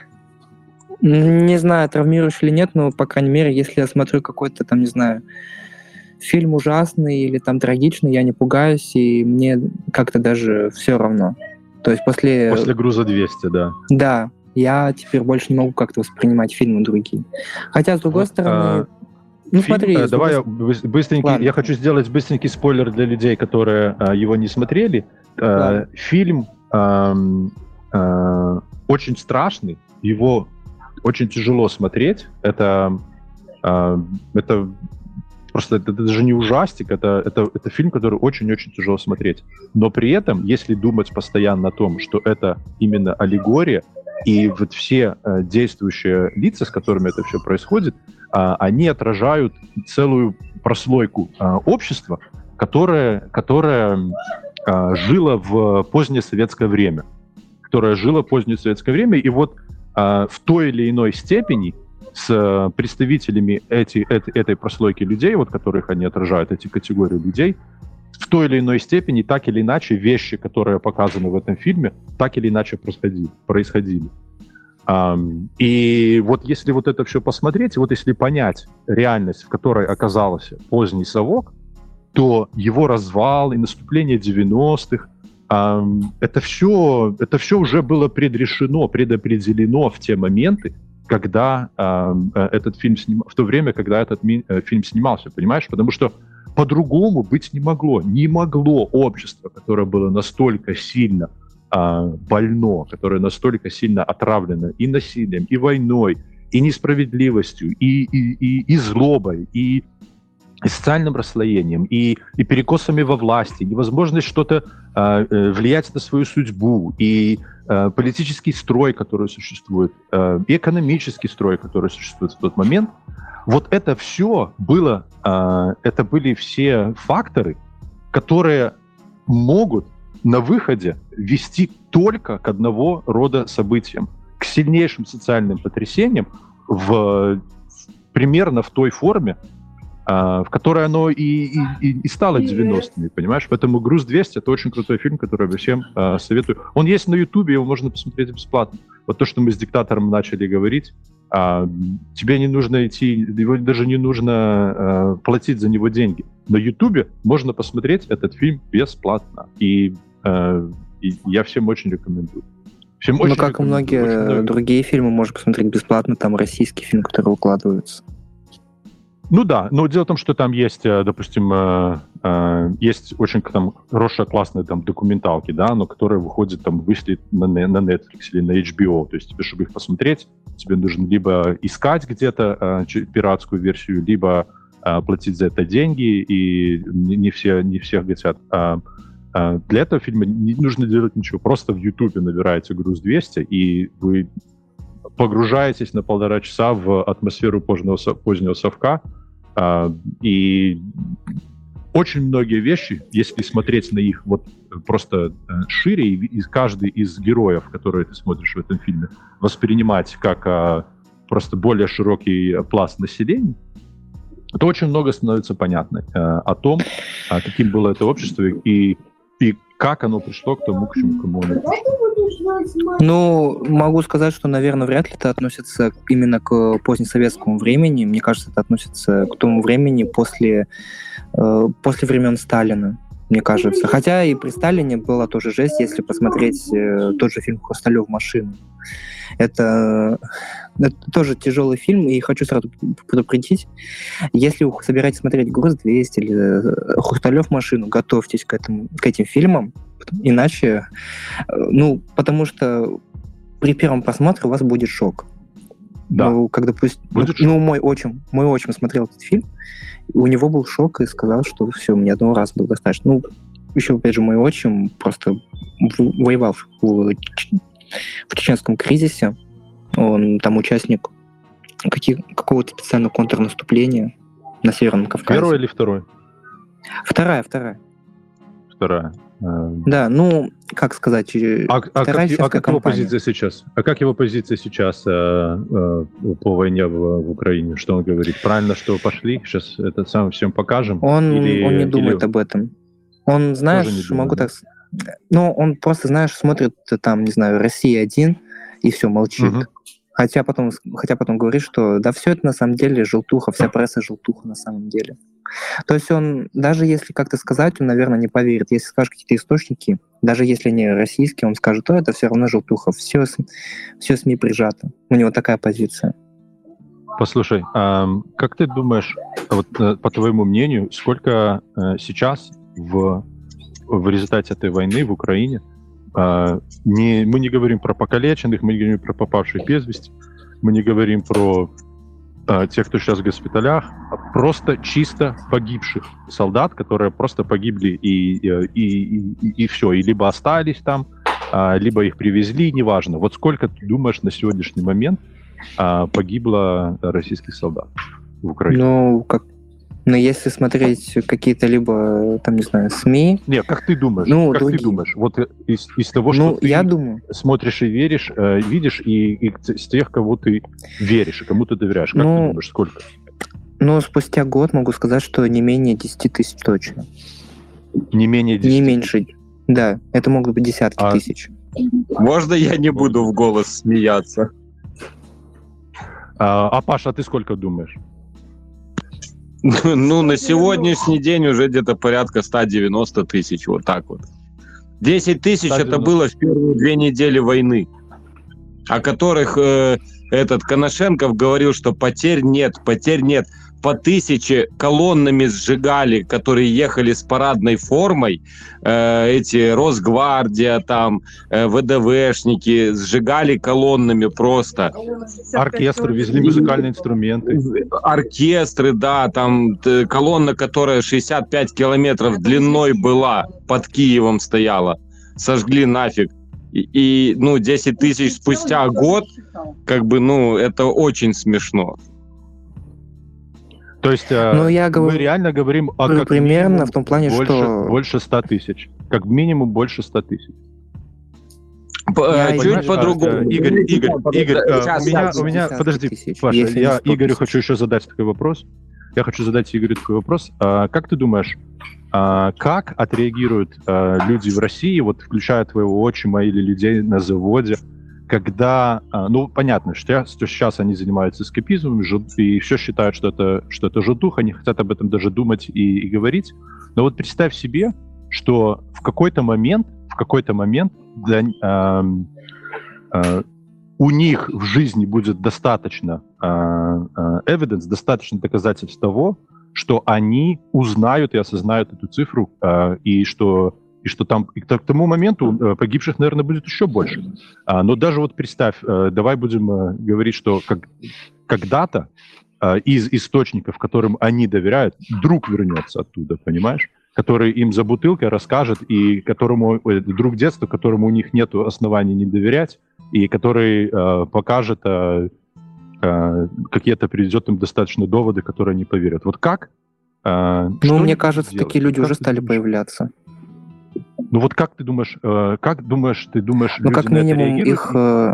Не знаю, травмирующий или нет, но, по крайней мере, если я смотрю какой-то там, не знаю, фильм ужасный или там трагичный, я не пугаюсь, и мне как-то даже все равно. То есть после... После «Груза двести», да. Да, я теперь больше не могу как-то воспринимать фильмы другие. Хотя, с другой Вот, стороны... а, ну, Фильм, смотри... э, с давай я другой быс- быстренький, Ладно. я хочу сделать быстренький спойлер для людей, которые э, его не смотрели. Э, Ладно. фильм эм, э, очень страшный, его очень тяжело смотреть. Это, э, это просто это, это даже не ужастик, это, это, это фильм, который очень-очень тяжело смотреть. Но при этом, если думать постоянно о том, что это именно аллегория, и вот все э, действующие лица, с которыми это все происходит, э, они отражают целую прослойку э, общества, которое, которое э, жило в позднее советское время. Которое жило в позднее советское время, и вот э, в той или иной степени с э, представителями эти, эти, этой прослойки людей, вот которых они отражают, эти категории людей, в той или иной степени, так или иначе, вещи, которые показаны в этом фильме, так или иначе происходили. происходили. Um, и вот если вот это все посмотреть, вот если понять реальность, в которой оказался поздний совок, то его развал и наступление девяностых, um, это все, это все уже было предрешено, предопределено в те моменты, когда um, этот фильм сним... в то время, когда этот ми... фильм снимался, понимаешь? Потому что по-другому быть не могло. Не могло общество, которое было настолько сильно а, больно, которое настолько сильно отравлено и насилием, и войной, и несправедливостью, и, и, и, и злобой, и, и социальным расслоением, и, и перекосами во власти, невозможность что-то а, влиять на свою судьбу, и а, политический строй, который существует, а, и экономический строй, который существует в тот момент. Вот это все было, э, это были все факторы, которые могут на выходе вести только к одного рода событиям, к сильнейшим социальным потрясениям в, в, примерно в той форме, э, в которой оно и, и, и, и стало девяностыми, понимаешь? Поэтому «Груз двести» — это очень крутой фильм, который я всем э, советую. Он есть на Ютубе, его можно посмотреть бесплатно. Вот то, что мы с диктатором начали говорить, А, тебе не нужно идти, его даже не нужно а, платить за него деньги. На Ютубе можно посмотреть этот фильм бесплатно. И, а, и я всем очень рекомендую. Всем Ну, очень как и рекомендую. многие Очень много. другие фильмы, можно посмотреть бесплатно, там российский фильм, который выкладывается. Ну да, но дело в том, что там есть, допустим, есть очень там хорошие, классные там документалки, да, но которые выходят там, вышли на, на Netflix или на эйч би о, то есть тебе, чтобы их посмотреть, тебе нужно либо искать где-то пиратскую версию, либо платить за это деньги, и не все, не все хотят. Для этого фильма не нужно делать ничего, просто в Ютубе набираете «Груз двести», и вы погружаетесь на полтора часа в атмосферу позднего, позднего совка, э, и очень многие вещи, если смотреть на их вот просто э, шире, и, и каждый из героев, которые ты смотришь в этом фильме, воспринимать как э, просто более широкий пласт населения, то очень много становится понятно э, о том, э, каким было это общество и, и как оно пришло к тому, к чему, к кому оно пришло. Ну, могу сказать, что, наверное, вряд ли это относится именно к позднесоветскому времени. Мне кажется, это относится к тому времени после, э, после времен Сталина, мне кажется. Хотя и при Сталине была тоже жесть, если посмотреть э, тот же фильм «Хрусталев машину». Это, это тоже тяжелый фильм, и хочу сразу предупредить, если вы собираетесь смотреть «Груз двести» или «Хрусталев машину», готовьтесь к, этому, к этим фильмам, иначе, ну, потому что при первом просмотре у вас будет шок. Да. Ну, когда пусть, будет ну, шок. мой отчим, мой отчим смотрел этот фильм, у него был шок и сказал, что все, мне одного раза было достаточно. Ну, еще, опять же, мой отчим просто воевал в, в чеченском кризисе. Он там участник каких, какого-то специального контрнаступления на Северном Кавказе. Первый или второй? Вторая, вторая. Вторая. Да, ну, как сказать, а, а как, а как его позиция сейчас? А как его позиция сейчас э, э, по войне в, в Украине? Что он говорит? Правильно, что пошли? Сейчас это сам всем покажем? Он, или, он не думает или... об этом. Он, знаешь, могу так... Ну, он просто, знаешь, смотрит там, не знаю, «Россия один» и все, молчит. Угу. Хотя потом, хотя потом говорит, что да все это на самом деле желтуха, вся пресса желтуха на самом деле. То есть он, даже если как-то сказать, он, наверное, не поверит. Если скажешь какие-то источники, даже если они российские, он скажет, то это все равно желтуха. Все, все СМИ прижато. У него такая позиция. Послушай, а как ты думаешь, вот, по твоему мнению, сколько сейчас в, в результате этой войны в Украине, не, мы не говорим про покалеченных, мы не говорим про попавших без вести, мы не говорим про тех, кто сейчас в госпиталях, а просто чисто погибших солдат, которые просто погибли и, и, и, и, и все, и либо остались там, либо их привезли, неважно. Вот сколько ты думаешь на сегодняшний момент погибло российских солдат в Украине? Ну, как, ну, если смотреть какие-то либо, там, не знаю, СМИ... Нет, как ты думаешь? Ну, как другие. ты думаешь? Вот из, из того, что ну, ты я думаю... смотришь и веришь, э, видишь, и, и с тех, кого ты веришь, и кому ты доверяешь. Как ну, ты думаешь, сколько? Ну, спустя год могу сказать, что не менее десять тысяч точно. Не менее десять? Не меньше. Да, это могут быть десятки а... тысяч. Можно я не буду в голос смеяться? А, а Паша, а ты сколько думаешь? Ну, на сегодняшний день уже где-то порядка сто девяносто тысяч, вот так вот. десять тысяч это было в первые две недели войны, о которых э, этот Коношенков говорил, что потерь нет, потерь нет. По тысяче колоннами сжигали, которые ехали с парадной формой, э, эти Росгвардия, там, э, ВДВшники, сжигали колоннами просто. Оркестры, везли музыкальные инструменты. Оркестры, да, там колонна, которая шестьдесят пять километров длиной была, под Киевом стояла, сожгли нафиг. И, и ну, десять тысяч спустя год, как бы, ну, это очень смешно. То есть ну, мы я говорю, реально говорим о как примерно в том плане, больше, что... больше ста тысяч. Как минимум больше ста тысяч. Я чуть по-другому. А, Игорь, Игорь, Игорь, сейчас, у меня, у меня, подожди, тысяч, Паша, я Игорю хочу еще задать такой вопрос. Я хочу задать Игорю такой вопрос. А, как ты думаешь, а, как отреагируют а, люди в России, вот включая твоего отчима или людей на заводе, когда, ну, понятно, что сейчас они занимаются эскапизмом и все считают, что это, что это желтуха, не хотят об этом даже думать и, и говорить. Но вот представь себе, что в какой-то момент, в какой-то момент для, э, э, у них в жизни будет достаточно evidence, достаточно доказательств того, что они узнают и осознают эту цифру, и что, и что там и к тому моменту погибших, наверное, будет еще больше. Но даже вот представь, давай будем говорить, что как, когда-то из источников, которым они доверяют, друг вернется оттуда, понимаешь? Который им за бутылкой расскажет, и которому друг детства, которому у них нет оснований не доверять, и который э, покажет, э, э, какие-то приведет им достаточно доводы, которые они поверят. Вот как? Э, ну, мне кажется, делать? такие люди как уже стали думаешь? Появляться. Ну вот как ты думаешь, э, как думаешь, ты думаешь, ну, люди как на это минимум реагируют? их... Э...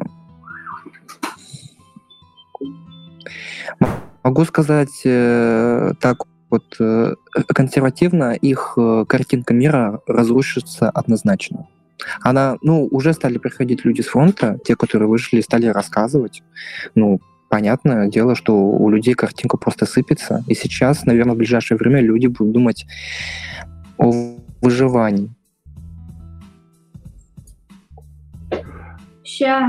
Могу сказать э, так вот э, консервативно, их э, картинка мира разрушится однозначно. Она, ну, уже стали приходить люди с фронта, те, которые вышли, стали рассказывать. Ну, понятное дело, что у людей картинка просто сыпется. И сейчас, наверное, в ближайшее время люди будут думать о выживании. Ща.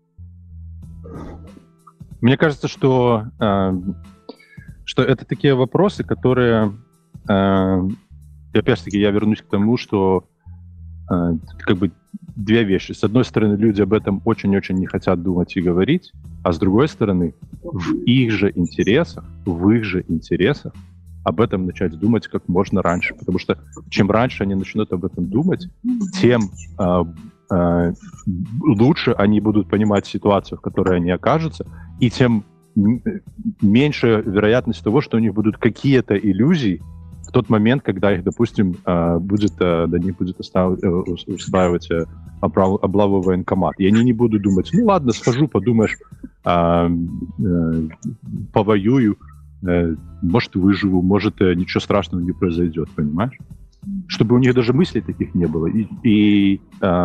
Мне кажется, что, э, что это такие вопросы, которые... Э, и опять-таки я вернусь к тому, что э, как бы две вещи. С одной стороны, люди об этом очень-очень не хотят думать и говорить, а с другой стороны, в их же интересах, в их же интересах об этом начать думать как можно раньше. Потому что чем раньше они начнут об этом думать, тем э, э, лучше они будут понимать ситуацию, в которой они окажутся, и тем меньше вероятность того, что у них будут какие-то иллюзии в тот момент, когда их, допустим, будет, до них будет устраивать облаву военкомат. И они не будут думать, ну ладно, схожу, подумаешь, повоюю, может, выживу, может, ничего страшного не произойдет, понимаешь? Чтобы у них даже мыслей таких не было. И, и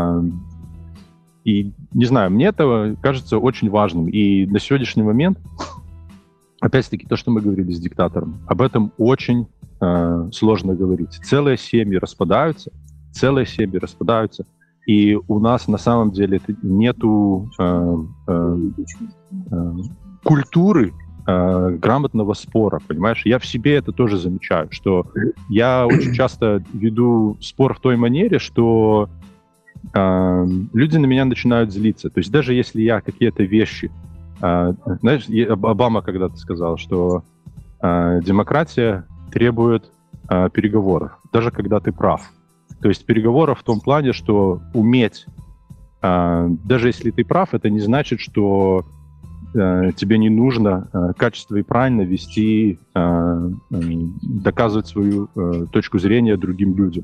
И, не знаю, мне это кажется очень важным. И на сегодняшний момент, опять-таки, то, что мы говорили с диктатором, об этом очень э, сложно говорить. Целые семьи распадаются, целые семьи распадаются, и у нас на самом деле нету э, э, э, культуры э, грамотного спора, понимаешь? Я в себе это тоже замечаю, что я очень часто веду спор в той манере, что люди на меня начинают злиться. То есть даже если я какие-то вещи... Знаешь, Обама когда-то сказал, что демократия требует переговоров, даже когда ты прав. То есть переговоров в том плане, что уметь, даже если ты прав, это не значит, что тебе не нужно качественно и правильно вести, доказывать свою точку зрения другим людям.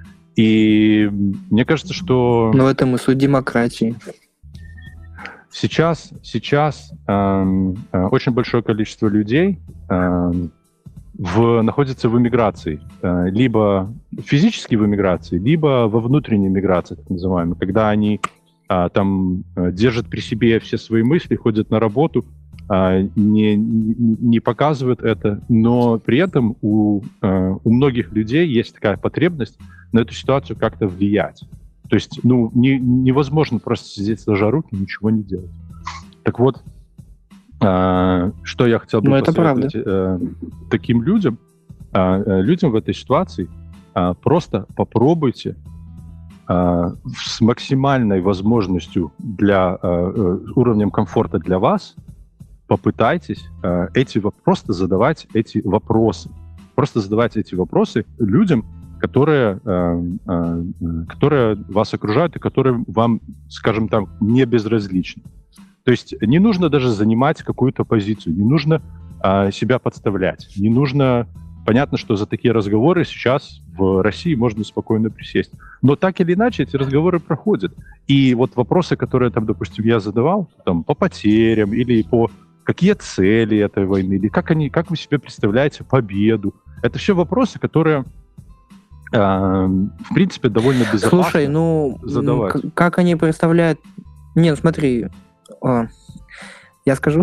И мне кажется, что... Но это мы суть демократии. Сейчас, сейчас э, очень большое количество людей э, в, находится в эмиграции. Э, либо физически в эмиграции, либо во внутренней эмиграции, так называемой, когда они э, там держат при себе все свои мысли, ходят на работу, э, не, не показывают это, но при этом у, э, у многих людей есть такая потребность на эту ситуацию как-то влиять. То есть, ну, не, невозможно просто сидеть сложа руки и ничего не делать. Так вот, э, что я хотел бы ну, посоветовать э, таким людям, э, людям в этой ситуации, э, просто попробуйте э, с максимальной возможностью для э, уровнем комфорта для вас, попытайтесь э, эти просто задавать эти вопросы. Просто задавать эти вопросы людям, которые, э, э, которые вас окружают и которые вам, скажем так, не безразличны. То есть не нужно даже занимать какую-то позицию, не нужно э, себя подставлять, не нужно... Понятно, что за такие разговоры сейчас в России можно спокойно присесть. Но так или иначе эти разговоры проходят. И вот вопросы, которые, там, допустим, я задавал, там, по потерям или по какие цели этой войны, или как, они, как вы себе представляете победу, это все вопросы, которые... в принципе, довольно безопасно. Слушай, ну, задавать. К- как они представляют... Не, ну смотри, о, я скажу.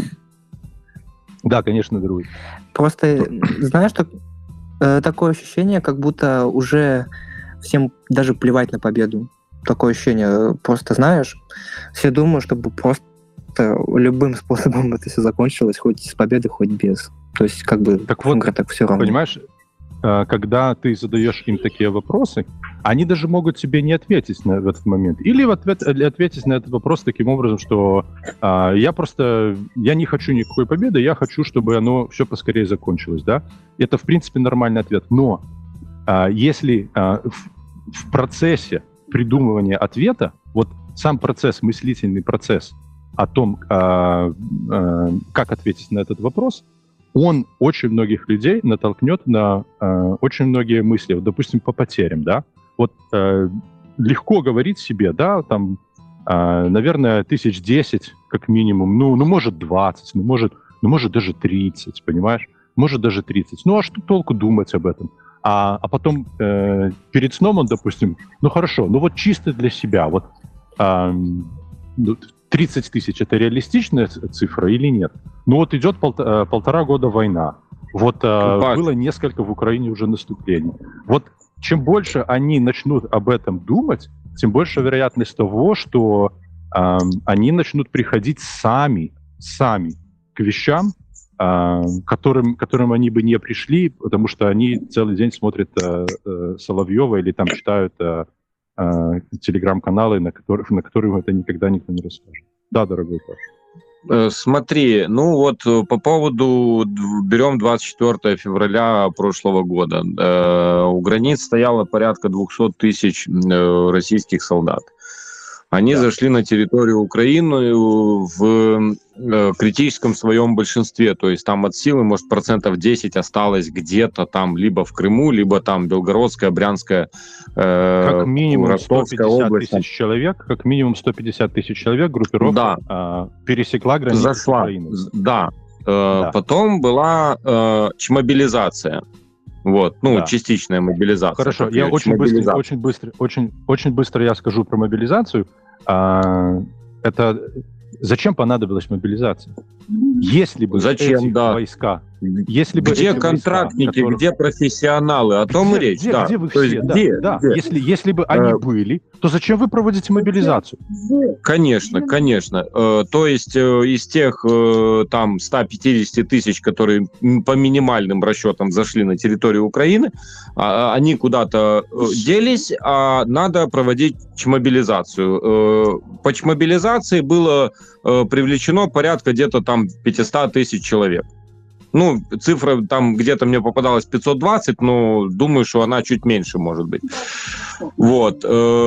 Да, конечно, друг. Просто, знаешь, так, э, такое ощущение, как будто уже всем даже плевать на победу. Такое ощущение. Просто, знаешь, все думают, чтобы просто просто любым способом это все закончилось, хоть с победой, хоть без. То есть как бы так вот, так все равно. Понимаешь, когда ты задаешь им такие вопросы, они даже могут тебе не ответить на, в этот момент. Или в ответ, ответить на этот вопрос таким образом, что а, я просто, я не хочу никакой победы, я хочу, чтобы оно все поскорее закончилось, да? Это, в принципе, нормальный ответ. Но а, если а, в, в процессе придумывания ответа, вот сам процесс, мыслительный процесс о том, а, а, как ответить на этот вопрос, он очень многих людей натолкнет на э, очень многие мысли, вот, допустим, по потерям, да, вот э, легко говорить себе, да, там, э, наверное, тысяч десять как минимум, ну, ну, может, двадцать, ну, может, ну, может, даже тридцать, понимаешь, может, даже тридцать, ну, а что толку думать об этом? А, а потом э, перед сном он, допустим, ну, хорошо, ну, вот чисто для себя, вот э, тридцать тысяч — это реалистичная цифра или нет? Ну вот идет пол, полтора года война. Вот э, было несколько в Украине уже наступлений. Вот чем больше они начнут об этом думать, тем больше вероятность того, что э, они начнут приходить сами, сами к вещам, э, которым, которым они бы не пришли, потому что они целый день смотрят э, э, Соловьева или там читают... Э, телеграм-каналы, на которых, на которых это никогда никто не расскажет. Да, дорогой Паш. Смотри, ну вот по поводу, берем двадцать четвёртого февраля прошлого года. У границ стояло порядка двести тысяч российских солдат. Они да. зашли на территорию Украины в критическом своем большинстве, то есть там от силы, может, процентов десять осталось где-то там, либо в Крыму, либо там Белгородская, Брянская, э, как минимум Ростовская сто пятьдесят область. Тысяч человек, как минимум сто пятьдесят тысяч человек, группировка да. э, пересекла границу Зашла. Украины. Да. Э, да. Потом была э, чмобилизация. Вот, ну, да. частичная мобилизация. Хорошо, я очень быстро, очень быстро, очень, очень быстро я скажу про мобилизацию. А, это зачем понадобилась мобилизация? Если бы Зачем, эти да. войска, если бы где эти контрактники, войска, которые... где профессионалы, о том где, и речь. Где, да. где вы то все? есть, да, где, да. где? Если, если бы они а... были, то зачем вы проводите мобилизацию? Конечно, конечно. То есть из тех там ста пятидесяти тысяч, которые по минимальным расчетам зашли на территорию Украины, они куда-то делись, а надо проводить чмобилизацию. По чмобилизации было привлечено порядка где-то там пятьсот тысяч человек. Ну, цифра там где-то мне попадалась пятьсот двадцать, но думаю, что она чуть меньше может быть. Вот.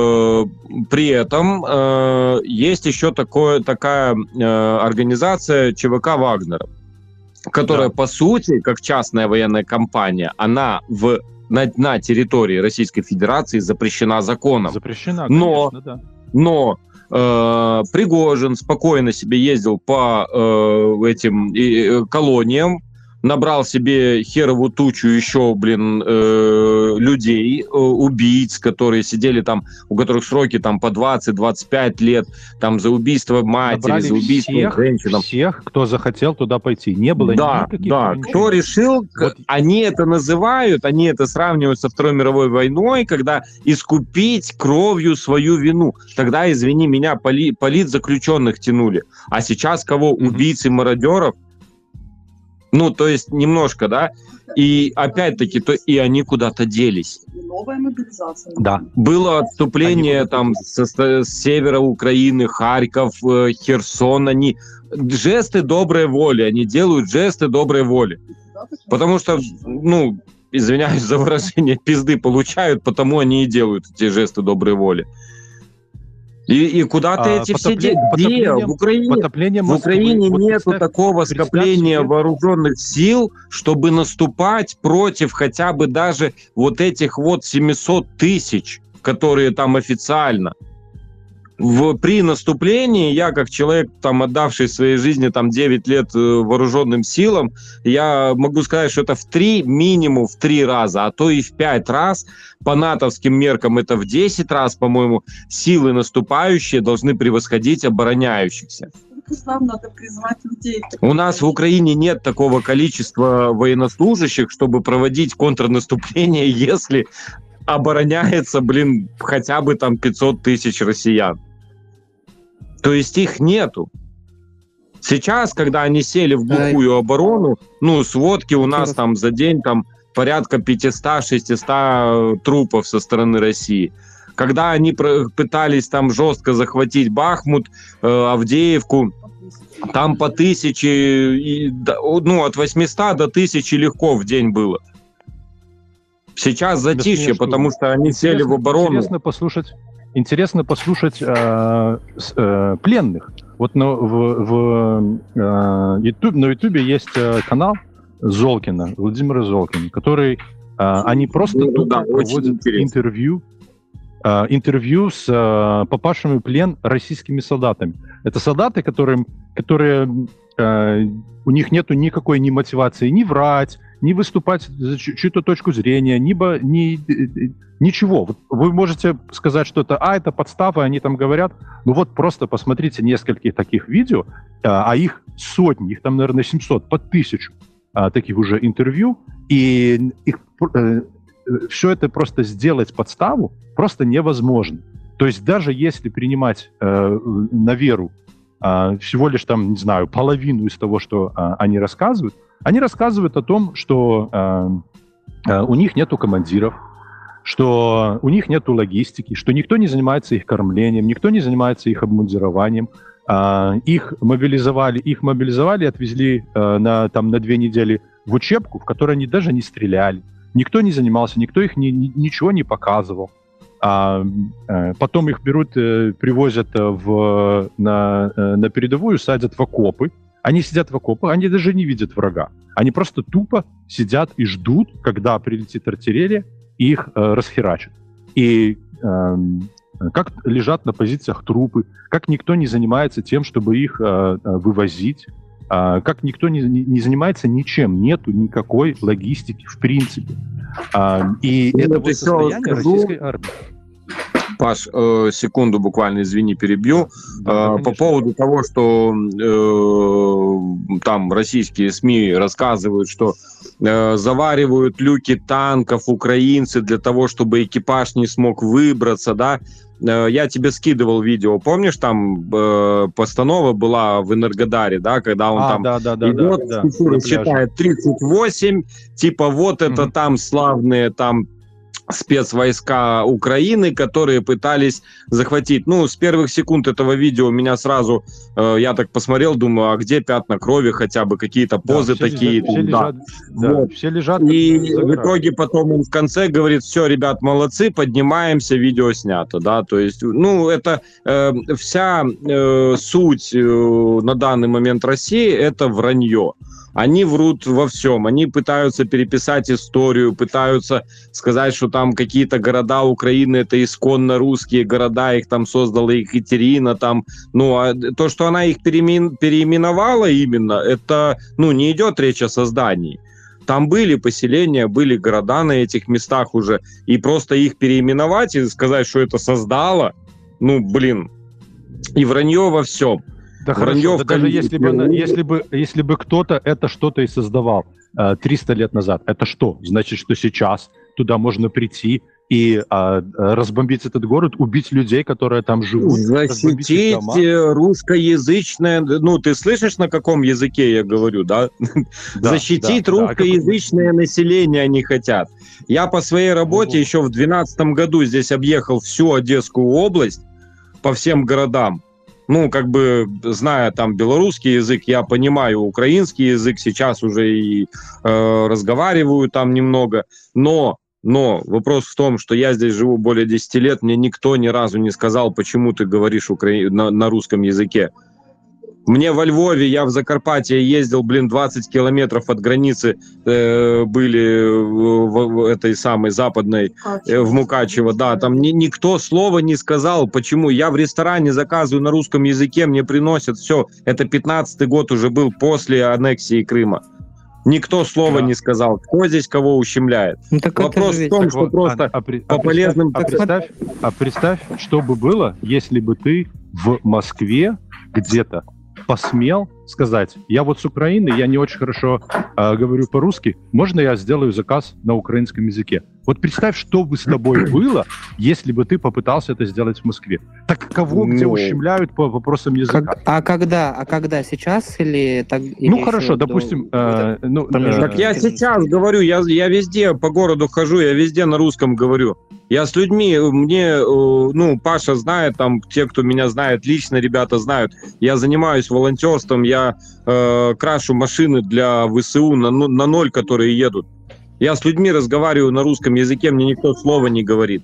При этом есть еще такое, такая организация ЧВК «Вагнера», которая, да. по сути, как частная военная компания, она в, на, на территории Российской Федерации запрещена законом. Запрещена, но, конечно, да. Но э, Пригожин спокойно себе ездил по э, этим э, колониям, набрал себе херову тучу еще, блин, э, людей, э, убийц, которые сидели там, у которых сроки там по двадцать-двадцать пять лет, там за убийство матери, набрали за убийство всех, женщин. Всех, кто захотел туда пойти. Не было да, никаких Да, ограничений. кто решил, вот. Они это называют, они это сравнивают со Второй мировой войной, когда искупить кровью свою вину. Тогда, извини меня, поли, политзаключенных тянули. А сейчас кого? Убийц и мародеров? Ну, то есть немножко, да, и опять-таки, то и они куда-то делись. Новая мобилизация. Да. Было отступление там с, с севера Украины, Харьков, Херсон, они жесты доброй воли, они делают жесты доброй воли. Потому что, ну, извиняюсь за выражение, пизды получают, потому они и делают эти жесты доброй воли. И, и куда-то а, эти все дети? Где? В Украине, в Украине вот нету такого скопления себе. Вооруженных сил, чтобы наступать против хотя бы даже вот этих вот семисот тысяч, которые там официально. В, при наступлении я, как человек, там, отдавший своей жизни там, девять лет э, вооруженным силам, я могу сказать, что это в три, минимум в три раза, а то и в пять раз, по натовским меркам это в десять раз, по-моему, силы наступающие должны превосходить обороняющихся. Надо призвать людей. У нас в Украине нет такого количества военнослужащих, чтобы проводить контрнаступление, если обороняется, блин, хотя бы там пятьсот тысяч россиян. То есть их нету. Сейчас, когда они сели в глухую оборону, ну, сводки у нас там за день там порядка пятьсот-шестьсот трупов со стороны России. Когда они пытались там жестко захватить Бахмут, э, Авдеевку, там по тысяче, и, ну, от восьмисот до тысячи легко в день было. Сейчас затишье, потому что они интересно, сели в оборону. Интересно послушать, интересно послушать э, э, пленных. Вот на, в, в, э, YouTube, на Ютубе есть э, канал Золкина, Владимира Золкина, который э, они просто ну, тупо да, проводят интервью, э, интервью с э, попавшими в плен российскими солдатами. Это солдаты, которым, которые э, у них нету никакой ни мотивации ни врать, ни выступать за чью-то точку зрения, либо ни, ничего. Вот вы можете сказать, что это, а, это подстава, они там говорят. Ну вот просто посмотрите несколько таких видео, а их сотни, их там, наверное, семьсот, под тысячу а, таких уже интервью, и их, э, все это просто сделать подставу просто невозможно. То есть даже если принимать э, на веру э, всего лишь там, не знаю, половину из того, что э, они рассказывают, они рассказывают о том, что э, э, у них нету командиров, что у них нету логистики, что никто не занимается их кормлением, никто не занимается их обмундированием. Э, их мобилизовали, их мобилизовали, отвезли э, на, там, на две недели в учебку, в которой они даже не стреляли. Никто не занимался, никто их ни, ни, ничего не показывал. А, э, потом их берут, э, привозят в, на, э, на передовую, садят в окопы. Они сидят в окопах, они даже не видят врага. Они просто тупо сидят и ждут, когда прилетит артиллерия, и их э, расхерачат. И э, как лежат на позициях трупы, как никто не занимается тем, чтобы их э, вывозить, э, как никто не, не занимается ничем, нету никакой логистики в принципе. Э, и ну, это вот состояние российской армии. Паш, э, секунду буквально, извини, перебью. Да, э, по поводу того, что э, там российские СМИ рассказывают, что э, заваривают люки танков украинцы для того, чтобы экипаж не смог выбраться, да. Э, я тебе скидывал видео, помнишь, там э, постанова была в Энергодаре, да, когда он а, там да, да, да, идет, да, да, считает тридцать восемь, типа вот это mm-hmm. там славные там спецвойска Украины, которые пытались захватить. Ну, с первых секунд этого видео меня сразу, э, я так посмотрел, думаю, а где пятна крови, хотя бы какие-то позы да, такие. Все лежат, да. Да, вот. Все лежат. И в итоге потом он в конце говорит, все, ребят, молодцы, поднимаемся, видео снято, да, то есть, ну, это э, вся э, суть э, на данный момент России, это вранье. Они врут во всем, они пытаются переписать историю, пытаются сказать, что там какие-то города Украины это исконно русские города, их там создала Екатерина, там, ну, а то, что она их переимен... переименовала именно, это, ну, не идет речь о создании. Там были поселения, были города на этих местах уже, и просто их переименовать и сказать, что это создало, ну, блин, и вранье во всем. Да хорошо, да даже если бы, если, бы, если бы кто-то это что-то и создавал э, триста лет назад, это что? Значит, что сейчас туда можно прийти и э, разбомбить этот город, убить людей, которые там живут. Защитить русскоязычное... Ну, ты слышишь, на каком языке я говорю, да? да Защитить да, русскоязычное да, население они хотят. Я по своей работе Ого. еще в две тысячи двенадцатом году здесь объехал всю Одесскую область по всем городам. Ну, как бы, зная там белорусский язык, я понимаю украинский язык, сейчас уже и э, разговариваю там немного, но, но вопрос в том, что я здесь живу более десяти лет, мне никто ни разу не сказал, почему ты говоришь укра... на, на русском языке. Мне во Львове, я в Закарпатье ездил, блин, двадцать километров от границы э, были в, в этой самой западной, э, в Мукачево, да, там ни, никто слова не сказал, почему. Я в ресторане заказываю на русском языке, мне приносят все. Это пятнадцатый год уже был после аннексии Крыма. Никто слова да. не сказал. Кто здесь кого ущемляет? Ну, вопрос в том, что вот, просто а, а, по а полезным... А представь, а представь, что бы было, если бы ты в Москве где-то посмел сказать, я вот с Украины, я не очень хорошо э, говорю по-русски, можно я сделаю заказ на украинском языке? Вот представь, что бы с тобой было, если бы ты попытался это сделать в Москве. Так кого где Ну. ущемляют по вопросам языка? Как- а когда? А когда? Сейчас или так? или Ну еще хорошо, до- допустим, э, ну, промежуток? э, Так я Э, сейчас говорю, я, я везде по городу хожу, я везде на русском говорю. Я с людьми, мне, э, ну, Паша знает, там, те, кто меня знает лично, ребята знают, я занимаюсь волонтерством, я э, крашу машины для ВСУ на, ну- на ноль, которые едут. Я с людьми разговариваю на русском языке, мне никто слова не говорит.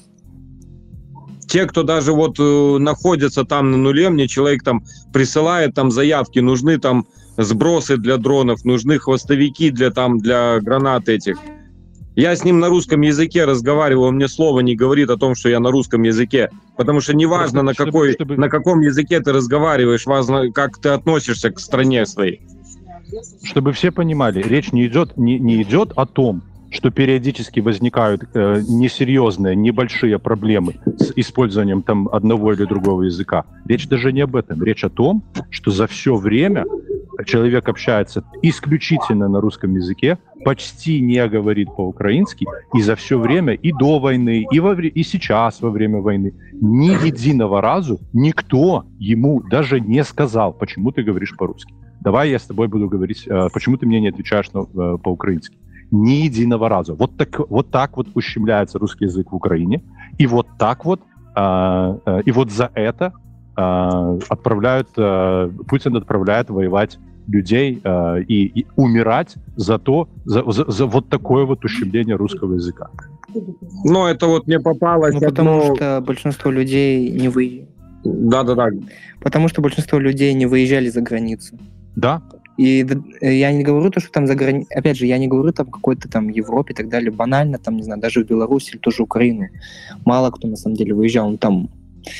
Те, кто даже вот э, находятся там на нуле, мне человек там присылает там заявки, нужны там сбросы для дронов, нужны хвостовики для там для гранат этих. Я с ним на русском языке разговариваю, он мне слова не говорит о том, что я на русском языке, потому что неважно, Просто на чтобы- какой, чтобы- на каком языке ты разговариваешь, важно, как ты относишься к стране своей. чтобы все понимали, речь не идет, не, не идет о том, что периодически возникают э, несерьезные, небольшие проблемы с использованием там одного или другого языка. Речь даже не об этом. Речь о том, что за все время человек общается исключительно на русском языке, почти не говорит по-украински, и за все время, и до войны, и, во вре- и сейчас во время войны, ни единого разу никто ему даже не сказал, почему ты говоришь по-русски. Давай я с тобой буду говорить, э, почему ты мне не отвечаешь на, э, по-украински. Ни единого разу. Вот так, вот так вот ущемляется русский язык в Украине, и вот так вот, э, э, и вот за это э, отправляют, э, Путин отправляет воевать людей э, и, и умирать за то, за, за, за вот такое вот ущемление русского языка. Но это вот мне попалось Ну, потому одно- что большинство людей не вы... Да-да-да. Потому что большинство людей не выезжали за границу. Да? И д- э, я не говорю то, что там за границей... Опять же, я не говорю там какой-то там Европе и так далее. Банально, там, не знаю, даже в Беларусь или тоже Украину. Мало кто на самом деле выезжал. Ну, там...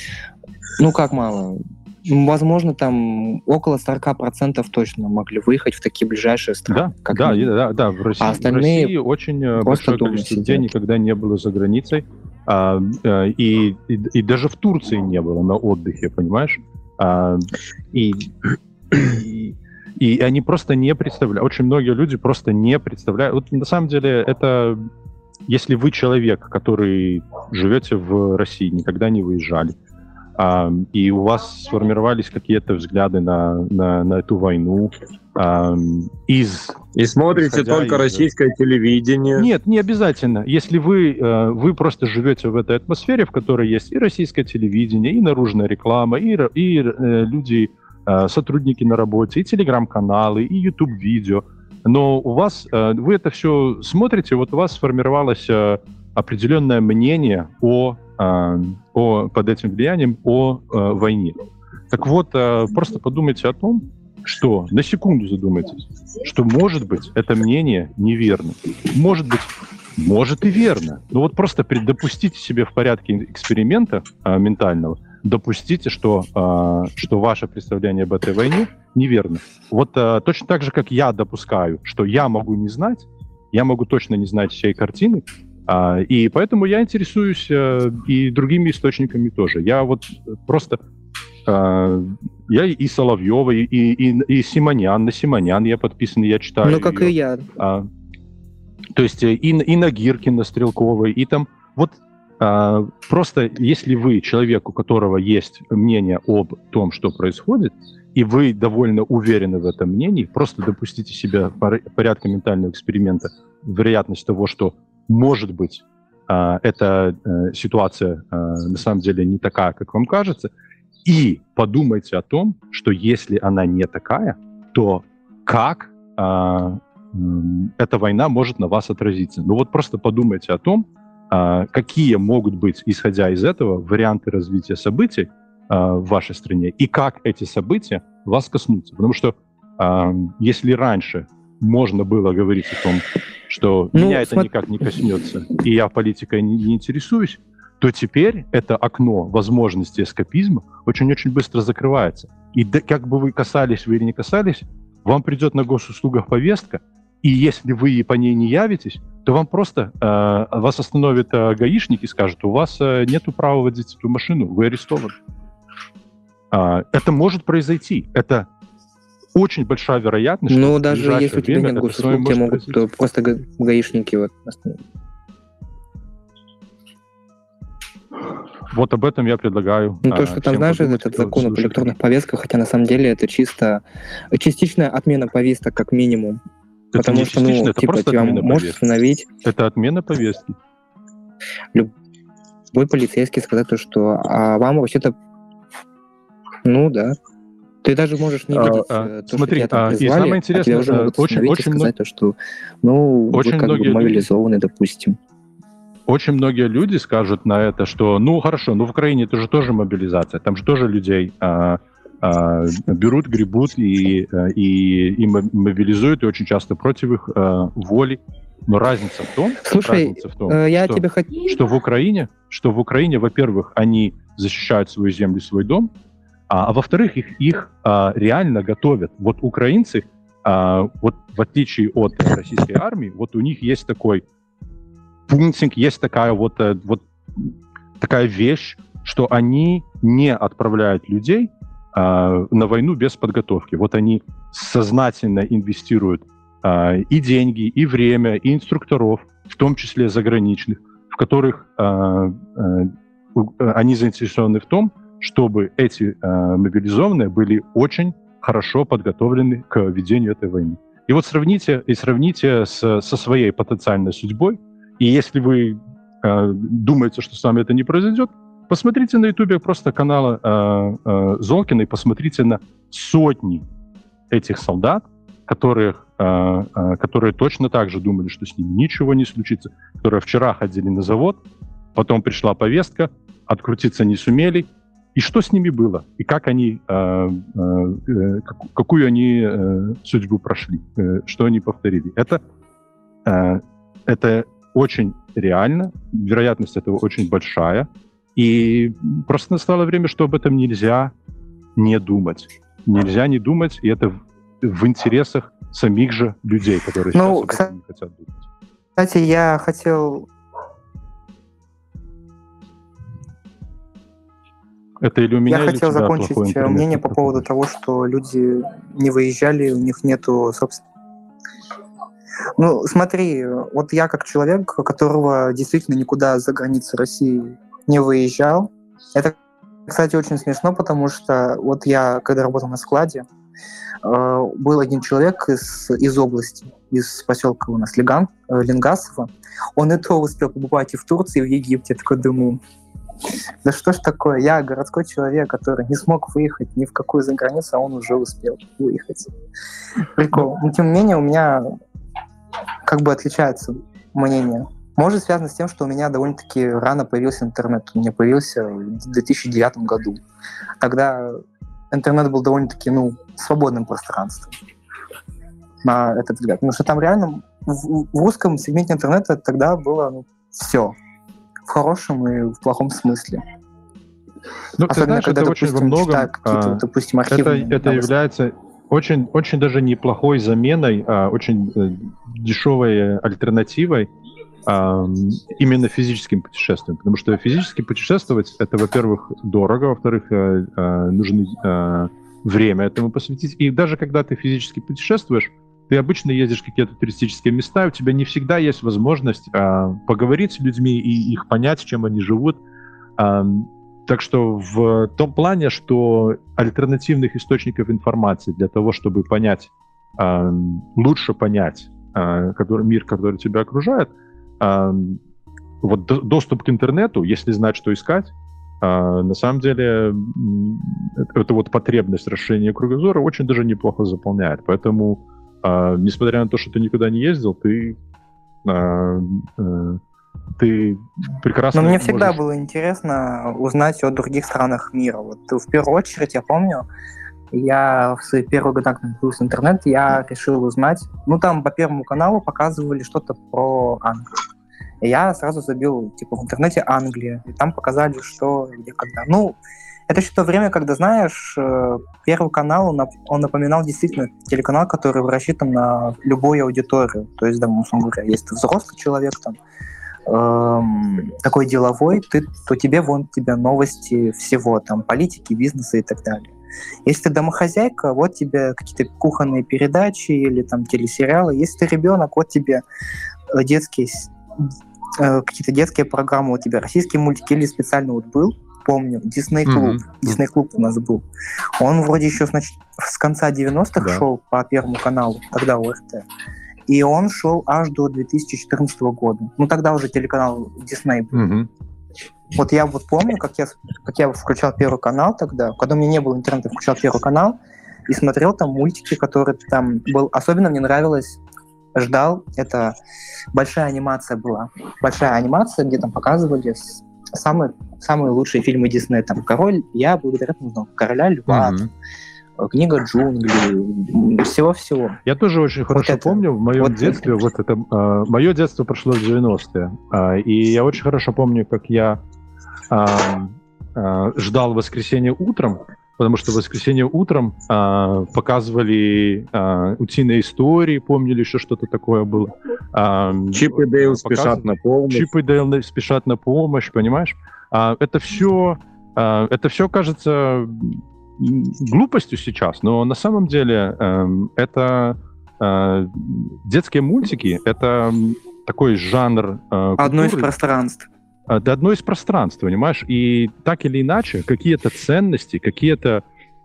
Ну, как мало? М, Возможно, там около сорок процентов точно могли выехать в такие ближайшие страны. Да, как да, минимум. и- да, да. В России, А остальные в России очень э, просто большое дома количество сидят. людей никогда не было за границей, а, э, и, и, и даже в Турции не было на отдыхе, понимаешь? А, и, и, и они просто не представляют, очень многие люди просто не представляют. Вот на самом деле это, если вы человек, который живете в России, никогда не выезжали, а, и у вас сформировались какие-то взгляды на, на, на эту войну а, из... И смотрите Исходя только из- российское телевидение. Нет, не обязательно. Если вы, э, вы просто живете в этой атмосфере, в которой есть и российское телевидение, и наружная реклама, и, р- и э, люди, э, сотрудники на работе, и телеграм-каналы, и YouTube-видео, но у вас, э, вы это все смотрите, вот у вас сформировалось э, определенное мнение о, э, о, под этим влиянием о э, войне. Так вот, э, просто подумайте о том, что, на секунду задумайтесь, что, может быть, это мнение неверно. Может быть, может и верно. Но вот просто допустите себе в порядке эксперимента а, ментального, допустите, что, а, что ваше представление об этой войне неверно. Вот а, точно так же, как я допускаю, что я могу не знать, я могу точно не знать всей картины, а, и поэтому я интересуюсь а, и другими источниками тоже. Я вот просто... а, я и Соловьева, и, и, и Симонян, на Симонян я подписан, я читаю. Ну, как ее. и я. А, то есть и, и на Гиркина, Стрелковой, и там вот а, просто если вы человек, у которого есть мнение об том, что происходит, и вы довольно уверены в этом мнении, просто допустите себя пор- порядка ментального эксперимента, вероятность того, что может быть а, эта а, ситуация а, на самом деле не такая, как вам кажется, и подумайте о том, что если она не такая, то как а, м, эта война может на вас отразиться. Ну вот просто подумайте о том, а, какие могут быть, исходя из этого, варианты развития событий а, в вашей стране, и как эти события вас коснутся. Потому что а, если раньше можно было говорить о том, что Ну, меня это смо- никак не коснется, и я политикой не, не интересуюсь, то теперь это окно возможности эскапизма очень-очень быстро закрывается. И да, как бы вы касались вы или не касались, вам придет на госуслугах повестка, и если вы по ней не явитесь, то вам просто э, вас остановит э, гаишник и скажет: у вас э, нету права водить эту машину, вы арестованы. А, это может произойти. Это очень большая вероятность, что Ну, в даже ближайшее если у тебя время нет это с вами госуслуг, тебе может могут произойти. э, просто га- гаишники вот остановить. Вот об этом я предлагаю Ну, то, а, что там, всем знаешь, подумать, этот кто закон об слушает. электронных повестках, хотя на самом деле это чисто частичная отмена повесток как минимум. Это Потому не что, ну, частично, это типа, просто тебя отмена может повестки. остановить Это отмена повестки. любой полицейский, сказать то, что а вам вообще-то, ну да. Ты даже можешь не А, видеть а, э, то, смотри, что тебя там а, и призвали, самое а тебя интересное, уже э, могут очень- остановить очень и сказать то, что, ну, очень вы как многие бы люди- мобилизованы, допустим. Очень многие люди скажут на это, что, ну, хорошо, ну, в Украине это же тоже мобилизация, там же тоже людей а, а, берут, гребут и, а, и, и мо- мобилизуют, и очень часто против их а, воли. Но разница в том, Слушай, разница в том э, я что, тебе хочу... что в Украине, что в Украине, во-первых, они защищают свою землю, свой дом, а, а во-вторых, их, их а, реально готовят. Вот украинцы, а, вот в отличие от российской армии, вот у них есть такой пунктик, есть такая вот, э, вот такая вещь, что они не отправляют людей а, на войну без подготовки. Вот они сознательно инвестируют а, и деньги, и время, и инструкторов, в том числе заграничных, в которых а, а, у- а, они заинтересованы в том, чтобы эти а, мобилизованные были очень хорошо подготовлены к ведению этой войны. И вот сравните, и сравните с, со своей потенциальной судьбой. И если вы э, думаете, что с вами это не произойдет, посмотрите на ютубе просто канала э, э, Золкина и посмотрите на сотни этих солдат, которых, э, э, которые точно так же думали, что с ними ничего не случится, которые вчера ходили на завод, потом пришла повестка, открутиться не сумели. И что с ними было? И как они, э, э, как- какую они э, судьбу прошли? Э, что они повторили? Это, э, это очень реально, вероятность этого очень большая, и просто настало время, что об этом нельзя не думать. Нельзя не думать, и это в, в интересах самих же людей, которые сейчас Ну, об этом не хотят думать. Кстати, я хотел... Это или у меня, Я или хотел у тебя закончить плохой э, интернет? мнение по поводу того, что люди не выезжали, у них нету, собственно... Ну, смотри, вот я как человек, которого действительно никуда за границы России не выезжал, это, кстати, очень смешно, потому что вот я, когда работал на складе, э, был один человек из, из области, из поселка у нас Лиган, э, Ленгасово, он и то успел побывать и в Турции, и в Египте. Я такой думаю, да что ж такое, я городской человек, который не смог выехать ни в какую заграницу, а он уже успел выехать. Прикол. Но тем не менее у меня как бы отличается мнение. Может, связано с тем, что у меня довольно-таки рано появился интернет. У меня появился в две тысячи девятом году. Тогда интернет был довольно-таки, ну, свободным пространством, на этот взгляд. Потому что там реально в, в русском сегменте интернета тогда было ну, все. В хорошем и в плохом смысле. Ну, ты Особенно, знаешь, когда, это очень во допустим, многом... читаю какие-то, а, вот, допустим, Это, архивные это новости. является очень, очень даже неплохой заменой, а, очень э, дешевой альтернативой а, именно физическим путешествиям. Потому что физически путешествовать — это, во-первых, дорого, во-вторых, э, э, нужно э, время этому посвятить. И даже когда ты физически путешествуешь, ты обычно ездишь в какие-то туристические места, у тебя не всегда есть возможность э, поговорить с людьми и их понять, чем они живут. Э, Так что в том плане, что альтернативных источников информации для того, чтобы понять, э, лучше понять э, который, мир, который тебя окружает, э, вот до, доступ к интернету, если знать, что искать, э, на самом деле м, это, это вот потребность расширения кругозора очень даже неплохо заполняет. Поэтому, э, несмотря на то, что ты никуда не ездил, ты... Э, э, ты прекрасно Но мне всегда можешь... было интересно узнать о других странах мира. Вот в первую очередь, я помню, я в свои первые годы, когда появился интернет, я решил узнать. Ну, там по Первому каналу показывали что-то про Англию. И я сразу забил, типа, в интернете Англия. И там показали, что, где, когда. Ну, это еще то время, когда, знаешь, Первый канал, он напоминал действительно телеканал, который рассчитан на любую аудиторию. То есть, да, условно говоря, если ты взрослый человек, там, эм, такой деловой, ты, то тебе вон тебе новости всего, там, политики, бизнеса и так далее. Если ты домохозяйка, вот тебе какие-то кухонные передачи или там телесериалы. Если ты ребенок, вот тебе э, детские, э, какие-то детские программы, вот тебе российские мультики или специально вот был, помню, Disney Club. Mm-hmm. Disney Club у нас был. Он вроде еще значит, с конца девяностых да. шел по Первому каналу, тогда ОРТ. И он шел аж до две тысячи четырнадцатого года. Ну, тогда уже телеканал Disney был. Mm-hmm. Вот я вот помню, как я, как я включал Первый канал тогда, когда у меня не было интернета, включал Первый канал и смотрел там мультики, которые там был. Особенно мне нравилось, ждал, это большая анимация была. Большая анимация, где там показывали самые, самые лучшие фильмы Диснея. Там «Король», я благодаря этому «Короля льва», mm-hmm. «Книга джунглей», всего-всего. Я тоже очень вот хорошо это. помню, в моем вот детстве, это. вот это, э, мое детство прошло в девяностые, э, и я очень хорошо помню, как я э, э, ждал воскресенье утром, потому что в воскресенье утром э, показывали э, утиные истории, помнили, что что-то такое было. Э, Чип и Дейл спешат на помощь. Чип и Дейл спешат на помощь, понимаешь? Э, это все, э, это все кажется глупостью сейчас, но на самом деле э, это э, детские мультики, это такой жанр э, одно из пространств. Да, одно из пространств, понимаешь? И так или иначе, какие-то ценности, какие-то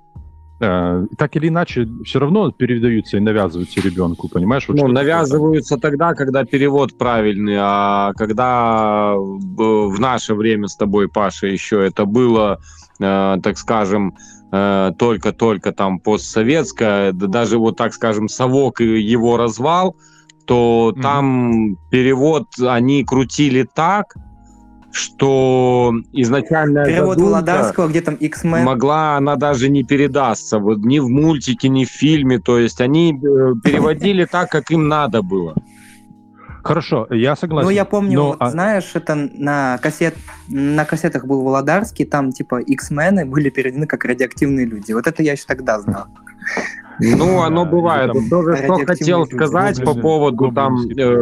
э, так или иначе все равно передаются и навязываются ребенку, понимаешь? Вот ну, навязываются такое. Тогда, когда перевод правильный, а когда в наше время с тобой, Паша, еще это было, э, так скажем, э, только-только там постсоветское, да, даже вот, так скажем, совок и его развал, то mm-hmm. там перевод они крутили так, что изначально перевод Володарского, где там X-Men могла она даже не передастся, вот ни в мультике, ни в фильме, то есть они переводили так, как им надо было. Хорошо, я согласен. Ну, я помню, но, вот, а... знаешь, это на, кассет, на кассетах был Володарский, там типа X-мены были переведены как радиоактивные люди. Вот это я еще тогда знал. Ну, оно бывает. Тоже что хотел сказать по поводу там...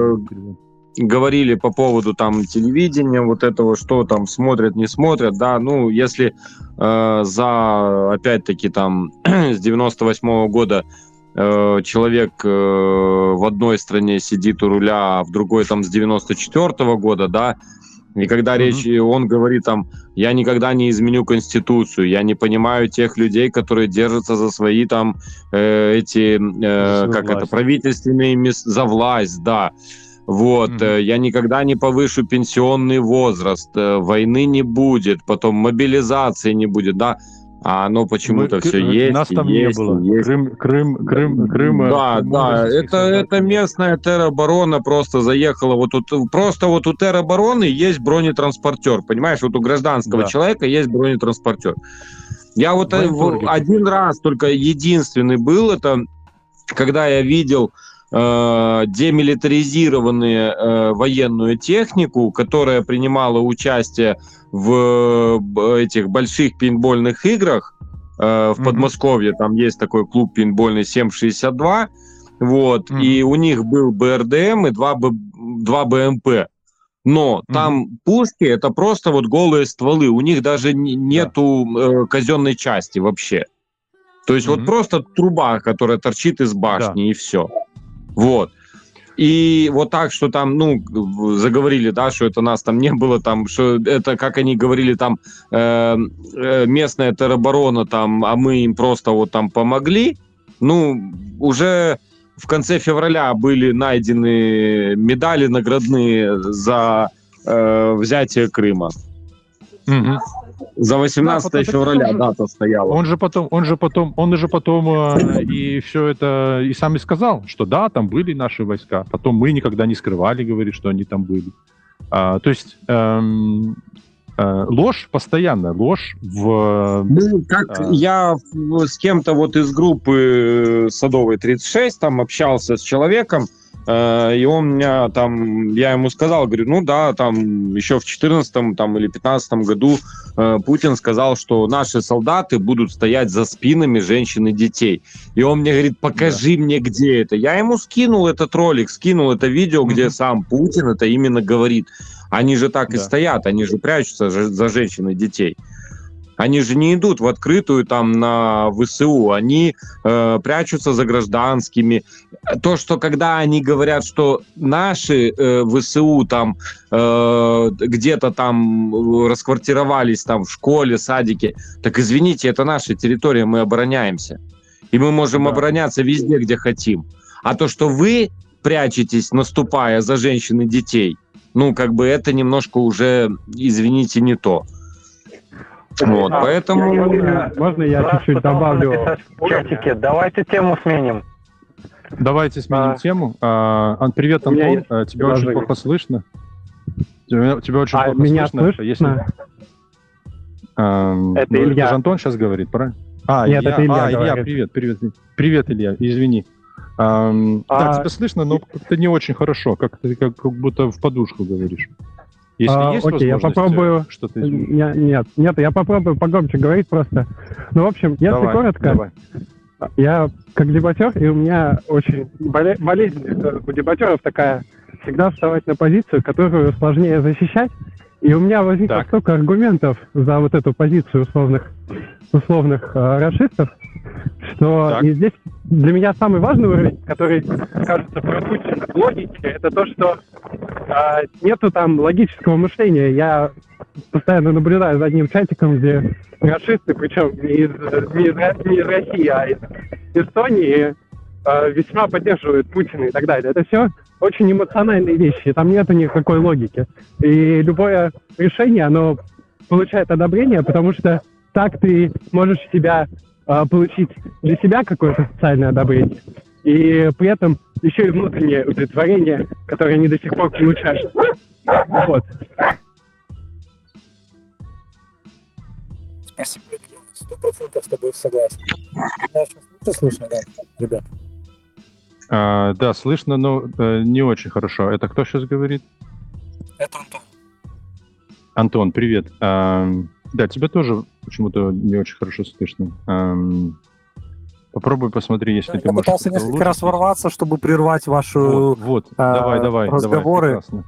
говорили по поводу там телевидения, вот этого, что там смотрят, не смотрят, да, ну, если э, за, опять-таки, там, с девяносто восьмого года э, человек э, в одной стране сидит у руля, а в другой там с девяносто четвёртого года, да, и когда mm-hmm. речь, он говорит там, я никогда не изменю Конституцию, я не понимаю тех людей, которые держатся за свои там э, эти, э, как власть. это, правительственные места, за власть, да. Вот, mm-hmm. я никогда не повышу пенсионный возраст, войны не будет, потом мобилизации не будет, да, а оно почему-то Мы, все к... есть. Нас там есть, не было. Есть. Крым, Крым, Крым, Крым. Да, Крым, да, это, это местная тероборона просто заехала. Вот тут просто вот у теробороны есть бронетранспортер, понимаешь, вот у гражданского да. человека есть бронетранспортер. Я вот Бронетурги. один раз только единственный был, это когда я видел демилитаризированную э, военную технику, которая принимала участие в этих больших пейнтбольных играх э, в mm-hmm. Подмосковье. Там есть такой клуб пейнтбольный семь шестьдесят два. Вот, mm-hmm. и у них был БРДМ и два, Б, два БМП. Но mm-hmm. там пушки — это просто вот голые стволы. У них даже нету э, казенной части вообще. То есть mm-hmm. вот просто труба, которая торчит из башни, yeah. и все. Вот. И вот так, что там, ну, заговорили, да, что это нас там не было, там, что это, как они говорили, там, э, э, местная тероборона, там, а мы им просто вот там помогли. Ну, уже в конце февраля были найдены медали наградные за э, взятие Крыма. Угу. За восемнадцатое да, февраля же, дата стояла. Он же потом, он же потом, он же потом э, и все это и сам и сказал, что да, там были наши войска. Потом мы никогда не скрывали, говорит, что они там были. А, то есть эм, э, ложь постоянно, ложь в. Ну, как э, я с кем-то вот из группы Садовой тридцать шесть там общался с человеком. И он меня там, я ему сказал, говорю, ну да, там еще в четырнадцатом там, или пятнадцатом году э, Путин сказал, что наши солдаты будут стоять за спинами женщин и детей. И он мне говорит, покажи да. мне, где это. Я ему скинул этот ролик, скинул это видео, mm-hmm. где сам Путин это именно говорит. Они же так да. и стоят, они же прячутся за женщин и детей. Они же не идут в открытую там на ВСУ, они э, прячутся за гражданскими. То, что когда они говорят, что наши э, ВСУ там э, где-то там расквартировались там в школе, садике, так извините, это наша территория, мы обороняемся. И мы можем да. обороняться везде, где хотим. А то, что вы прячетесь, наступая за женщин и детей, ну, как бы это немножко уже, извините, не то. Вот, а, поэтому... Можно, можно я чуть-чуть добавлю? В чатике. Давайте тему сменим. Давайте сменим а, тему. А, привет, Антон. А, тебя очень плохо слышно. Тебя, тебя очень а, плохо меня слышно. слышно? Если... А, это ну, Илья. Это же Антон сейчас говорит, правильно? А, Нет, Илья. это Илья, а, Илья, привет, привет. Привет, Илья, извини. А, а... Да, тебя слышно, но как-то не очень хорошо. Как ты как, как будто в подушку говоришь. Если а, есть окей, я попробую... что-то... Я, нет, нет, я попробую погромче говорить просто. Ну, в общем, если давай, коротко, давай. Я как дебатер, и у меня очень боле... болезнь у дебатеров такая, всегда вставать на позицию, которую сложнее защищать. И у меня возникло так. столько аргументов за вот эту позицию условных, условных э, расистов, что и здесь для меня самый важный уровень, который, кажется, пропущен в логике, это то, что э, нету там логического мышления. Я постоянно наблюдаю за одним чатиком, где расисты, причем не из, не из, не из России, а из Эстонии, э, весьма поддерживают Путина и так далее. Это все очень эмоциональные вещи, там нету никакой логики. И любое решение, оно получает одобрение, потому что так ты можешь себя э, получить для себя какое-то социальное одобрение. И при этом еще и внутреннее удовлетворение, которое они до сих пор получают. Вот. Спасибо, сто процентов с тобой согласен. Меня сейчас слышно, да, ребят? А, да, слышно, но э, не очень хорошо. Это кто сейчас говорит? Это Антон. Антон, привет. А, да, тебя тоже почему-то не очень хорошо слышно. А, попробуй посмотри, если я ты можешь... Я пытался несколько улучшить. раз ворваться, чтобы прервать вашу вот, вот. А, давай, давай, разговоры, давай,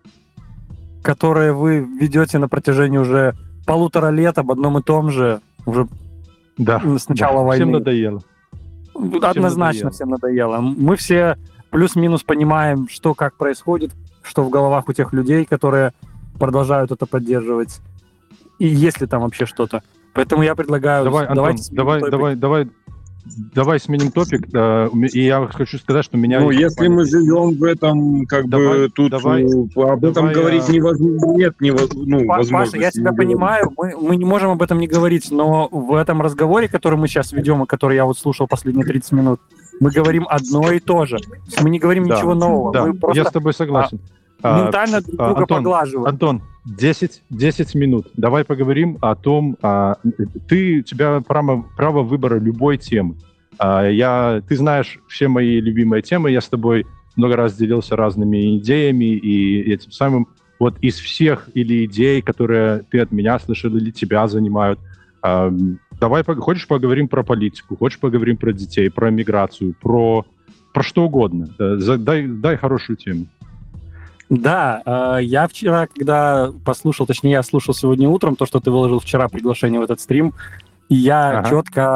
которые вы ведете на протяжении уже полутора лет об одном и том же, уже да, с начала да. войны. Всем надоело. Однозначно всем надоело. всем надоело. Мы все плюс-минус понимаем, что как происходит, что в головах у тех людей, которые продолжают это поддерживать, и есть ли там вообще что-то. Поэтому я предлагаю... Давай, Антон, давай, топик. давай, давай, давай сменим топик. И я хочу сказать, что меня... Ну, если мы живем в этом, как давай, бы, тут давай, об этом давай, говорить а... невозможно. Нет, невозможно. Ну, Паша, я тебя понимаю, мы, мы не можем об этом не говорить, но в этом разговоре, который мы сейчас ведем, и который я вот слушал последние тридцать минут, мы говорим одно и то же. Мы не говорим да, ничего нового. Да, мы просто, я с тобой согласен. А, ментально друг друга Антон, поглаживаем. Антон, десять, десять минут. Давай поговорим о том, а, ты, у тебя право, право выбора любой темы. А, я, ты знаешь все мои любимые темы, я с тобой много раз делился разными идеями, и этим самым вот из всех или идей, которые ты от меня слышал или тебя занимают, а, давай, хочешь поговорим про политику, хочешь поговорим про детей, про миграцию, про, про что угодно. Дай, дай хорошую тему. Да, я вчера, когда послушал, точнее, я слушал сегодня утром то, что ты выложил вчера приглашение в этот стрим, и я ага. четко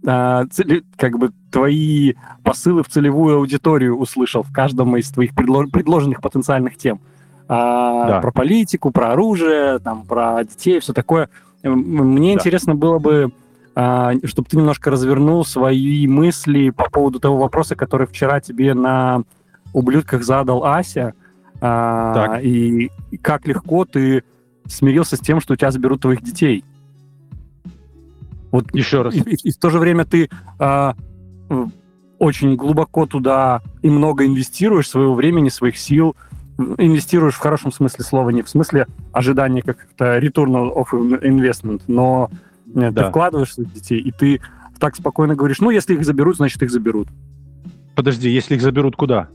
как бы твои посылы в целевую аудиторию услышал в каждом из твоих предложенных потенциальных тем. Да. Про политику, про оружие, там, про детей, все такое. Мне да. интересно было бы, чтобы ты немножко развернул свои мысли по поводу того вопроса, который вчера тебе на «Ублюдках» задал Ася, а, и как легко ты смирился с тем, что у тебя заберут твоих детей. Вот еще раз. И, и, и в то же время ты а, очень глубоко туда и много инвестируешь своего времени, своих сил, инвестируешь в хорошем смысле слова, не в смысле ожидания как-то return of investment, но да. ты вкладываешь своих детей, и ты так спокойно говоришь, ну, если их заберут, значит, их заберут. Подожди, если их заберут куда?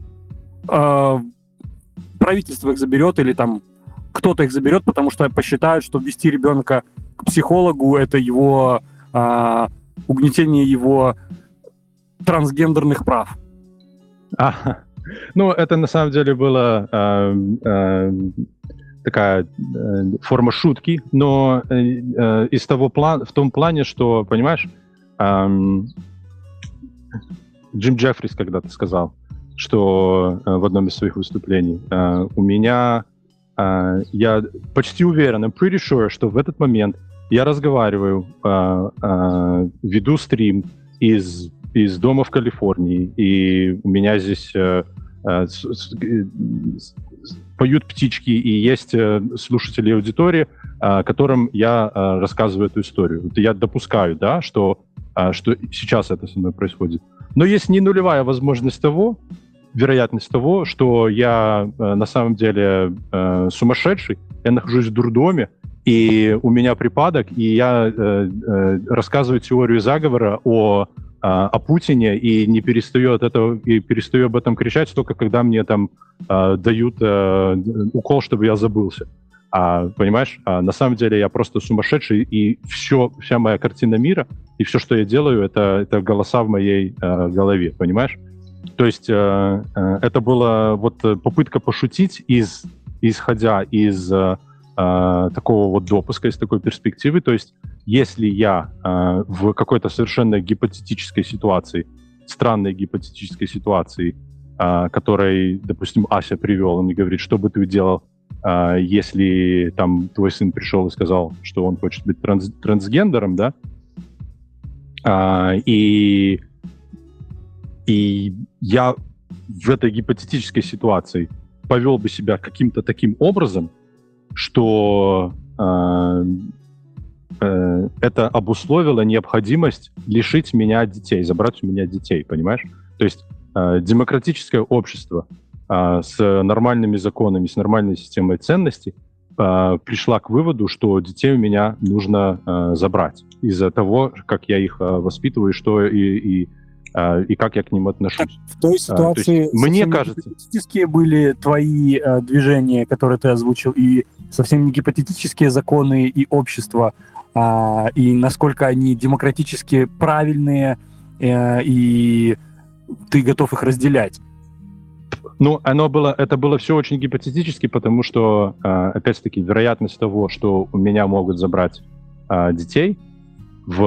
А, правительство их заберет или там кто-то их заберет, потому что посчитают, что ввести ребенка к психологу — это его а, угнетение его трансгендерных прав. А, ну, это на самом деле было... А, а, такая э, форма шутки, но э, э, из того плана, в том плане, что, понимаешь, эм, Джим Джеффрис когда-то сказал, что э, в одном из своих выступлений э, у меня, э, я почти уверен, I'm pretty sure, что в этот момент я разговариваю, э, э, веду стрим из, из дома в Калифорнии, и у меня здесь э, э, с, с, поют птички, и есть э, слушатели аудитории, э, которым я э, рассказываю эту историю. Я допускаю, да, что, э, что сейчас это со мной происходит. Но есть не нулевая возможность того, вероятность того, что я э, на самом деле э, сумасшедший, я нахожусь в дурдоме, и у меня припадок, и я э, э, рассказываю теорию заговора о, э, о Путине, и не перестаю от этого, и перестаю об этом кричать только когда мне там э, дают э, укол, чтобы я забылся. А, понимаешь? А на самом деле я просто сумасшедший, и все, вся моя картина мира, и все, что я делаю, это, это голоса в моей э, голове, понимаешь? То есть э, э, это была вот попытка пошутить, из, исходя из э, э, такого вот допуска, из такой перспективы. То есть если я э, в какой-то совершенно гипотетической ситуации, странной гипотетической ситуации, э, которой, допустим, Ася привел, он мне говорит, что бы ты делал, э, если там твой сын пришел и сказал, что он хочет быть транс, трансгендером, да, э, и И я в этой гипотетической ситуации повел бы себя каким-то таким образом, что э, э, это обусловило необходимость лишить меня детей, забрать у меня детей, понимаешь? То есть э, демократическое общество э, с нормальными законами, с нормальной системой ценностей э, пришла к выводу, что детей у меня нужно э, забрать из-за того, как я их э, воспитываю, что и, и и как я к ним отношусь. В той ситуации, а, то мне кажется, гипотетические были твои э, движения, которые ты озвучил, и совсем не гипотетические законы и общество, э, и насколько они демократически правильные, э, и ты готов их разделять. Ну, оно было, это было все очень гипотетически, потому что, э, опять-таки, вероятность того, что у меня могут забрать э, детей, В,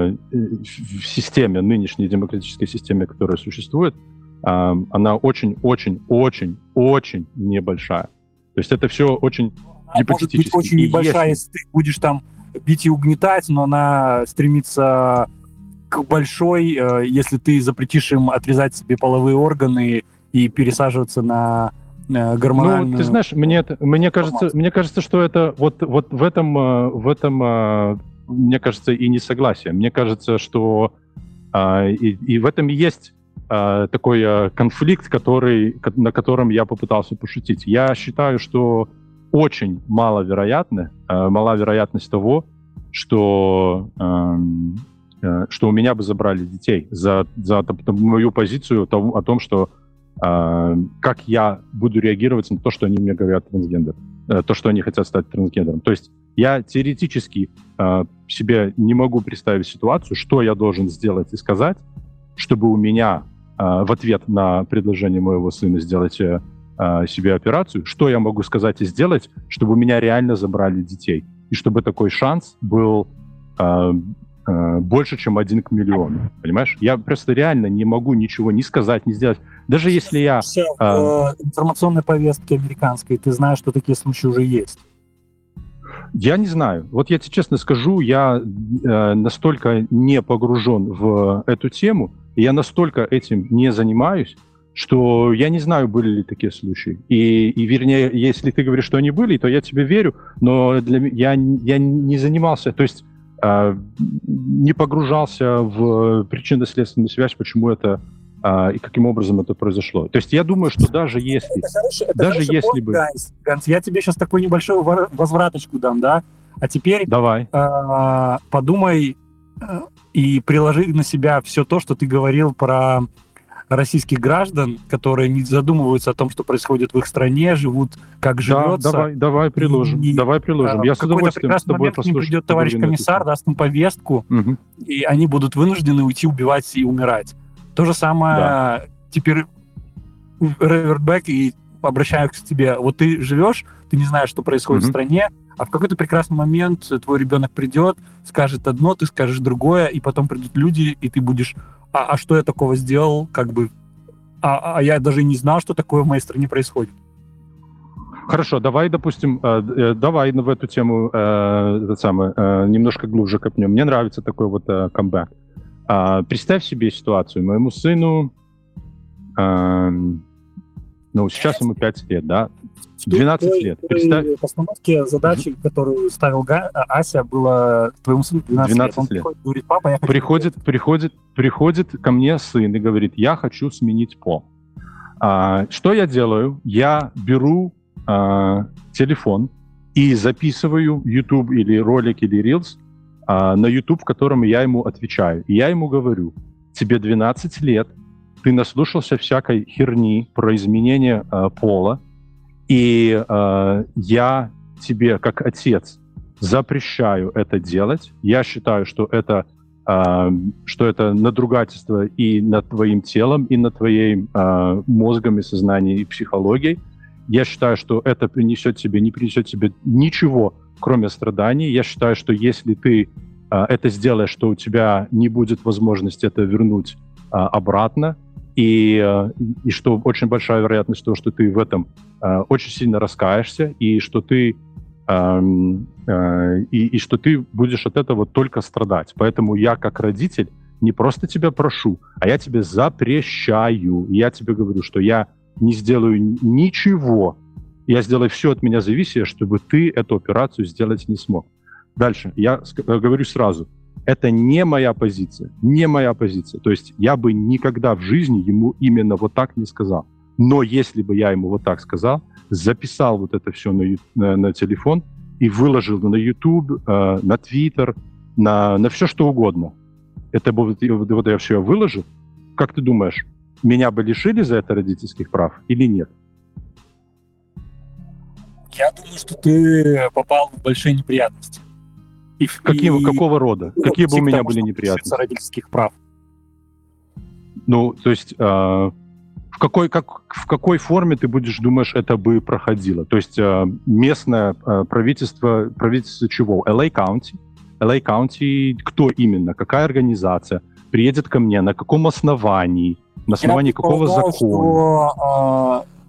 в системе, нынешней демократической системе, которая существует, э, она очень-очень-очень-очень небольшая. То есть это все очень она гипотетически. Может быть очень и небольшая, если... если ты будешь там бить и угнетать, но она стремится к большой, э, если ты запретишь им отрезать себе половые органы и пересаживаться на э, гормональную... Ну, ты знаешь, мне, это, мне, кажется, мне кажется, что это вот, вот в этом... В этом мне кажется, и несогласие. Мне кажется, что э, и, и в этом и есть э, такой э, конфликт, который, на котором я попытался пошутить. Я считаю, что очень маловероятно, э, мала вероятность того, что, э, э, что у меня бы забрали детей за, за мою позицию о том, что э, как я буду реагировать на то, что они мне говорят трансгендер, э, то, что они хотят стать трансгендером. То есть я теоретически э, себе не могу представить ситуацию, что я должен сделать и сказать, чтобы у меня э, в ответ на предложение моего сына сделать э, себе операцию, что я могу сказать и сделать, чтобы у меня реально забрали детей. И чтобы такой шанс был э, э, больше, чем один к миллиону. Понимаешь? Я просто реально не могу ничего ни сказать, ни сделать. Даже если я... Э, в информационной повестке американской ты знаешь, что такие случаи уже есть. Я не знаю. Вот я тебе честно скажу, я э, настолько не погружен в эту тему, и я настолько этим не занимаюсь, что я не знаю, были ли такие случаи. И, и вернее, если ты говоришь, что они были, то я тебе верю, но для меня я, я не занимался, то есть э, не погружался в причинно-следственную связь, почему это Uh, и каким образом это произошло. То есть я думаю, что даже если... Это хороший, это даже если бы... Ганс, Ганс, я тебе сейчас такую небольшую возвраточку дам, да? А теперь Давай. Uh, подумай uh, и приложи на себя все то, что ты говорил про российских граждан, которые не задумываются о том, что происходит в их стране, живут как живется. Да, давай, давай приложим. И, давай приложим. Я с удовольствием с тобой послушаю. К ним придет товарищ комиссар, даст им повестку, угу. и они будут вынуждены уйти убивать и умирать. То же самое да. теперь ревербэк и обращаюсь к тебе. Вот ты живешь, ты не знаешь, что происходит mm-hmm. в стране, а в какой-то прекрасный момент твой ребенок придет, скажет одно, ты скажешь другое, и потом придут люди, и ты будешь, а, а что я такого сделал, как бы, а, а я даже не знал, что такое в моей стране происходит. Хорошо, давай, допустим, э, давай в эту тему э, это самое, э, немножко глубже копнем. Мне нравится такой вот э, камбэк. Э, представь себе ситуацию. Моему сыну, э, ну, сейчас ему пять лет, да? двенадцать той, лет. Представь... В постановке задачи, mm-hmm. которую ставил Га... Ася, было твоему сыну двенадцать, двенадцать лет. Он лет. Приходит, говорит, папа, я хочу... Приходит, приходит, приходит ко мне сын и говорит, я хочу сменить пол. А, что я делаю? Я беру а, телефон и записываю YouTube или ролик, или Reels а, на YouTube, в котором я ему отвечаю. И я ему говорю, тебе двенадцать лет, ты наслушался всякой херни про изменение а, пола, и э, я тебе, как отец, запрещаю это делать. Я считаю, что это, э, что это надругательство и над твоим телом, и над твоим э, мозгом, и сознанием, и психологией. Я считаю, что это принесет тебе, не принесет тебе ничего, кроме страданий. Я считаю, что если ты э, это сделаешь, то у тебя не будет возможности это вернуть э, обратно. И, и что очень большая вероятность того, что ты в этом э, очень сильно раскаешься, и что ты э, э, и, и что ты будешь от этого только страдать. Поэтому я, как родитель, не просто тебя прошу, а я тебе запрещаю. Я тебе говорю, что я не сделаю ничего. Я сделаю все от меня зависящее, чтобы ты эту операцию сделать не смог. Дальше. Я говорю сразу. Это не моя позиция, не моя позиция. То есть я бы никогда в жизни ему именно вот так не сказал. Но если бы я ему вот так сказал, записал вот это все на, на, на телефон и выложил на YouTube, э, на Twitter, на, на все что угодно, это бы вот, вот я все выложил, как ты думаешь, меня бы лишили за это родительских прав или нет? Я думаю, что ты попал в большие неприятности. И, Какие, и, какого рода? И Какие бы у меня тому, были неприятности? Родительских прав. Ну, то есть э, в, какой, как, в какой форме ты будешь, думаешь, это бы проходило? То есть э, местное э, правительство, правительство чего? эл эй County? эл эй County, кто именно? Какая организация? Приедет ко мне? На каком основании? На основании Я какого закона? Что, э,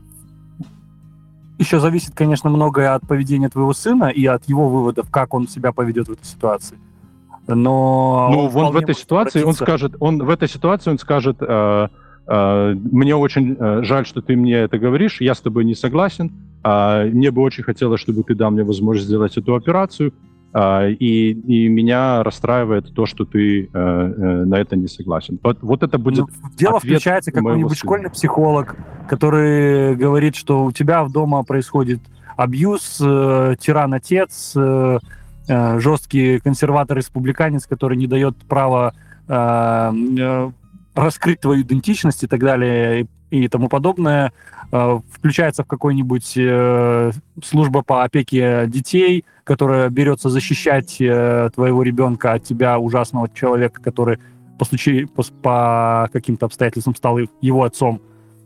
еще зависит, конечно, многое от поведения твоего сына и от его выводов, как он себя поведет в этой ситуации. Но ну, он в этой ситуации, он скажет, он в этой ситуации он скажет, э, э, мне очень э, жаль, что ты мне это говоришь, я с тобой не согласен, э, мне бы очень хотелось, чтобы ты дал мне возможность сделать эту операцию, э, и, и меня расстраивает то, что ты э, э, на это не согласен. Вот, вот это будет. Ну, дело включается какой-нибудь школьный психолог, который говорит, что у тебя в дома происходит абьюз, э, тиран-отец, э, э, жесткий консерватор-республиканец, который не дает права э, э, раскрыть твою идентичность и так далее, и, и тому подобное. Э, включается в какой-нибудь э, служба по опеке детей, которая берется защищать э, твоего ребенка от тебя, ужасного человека, который по, случаю, по, по каким-то обстоятельствам стал его отцом.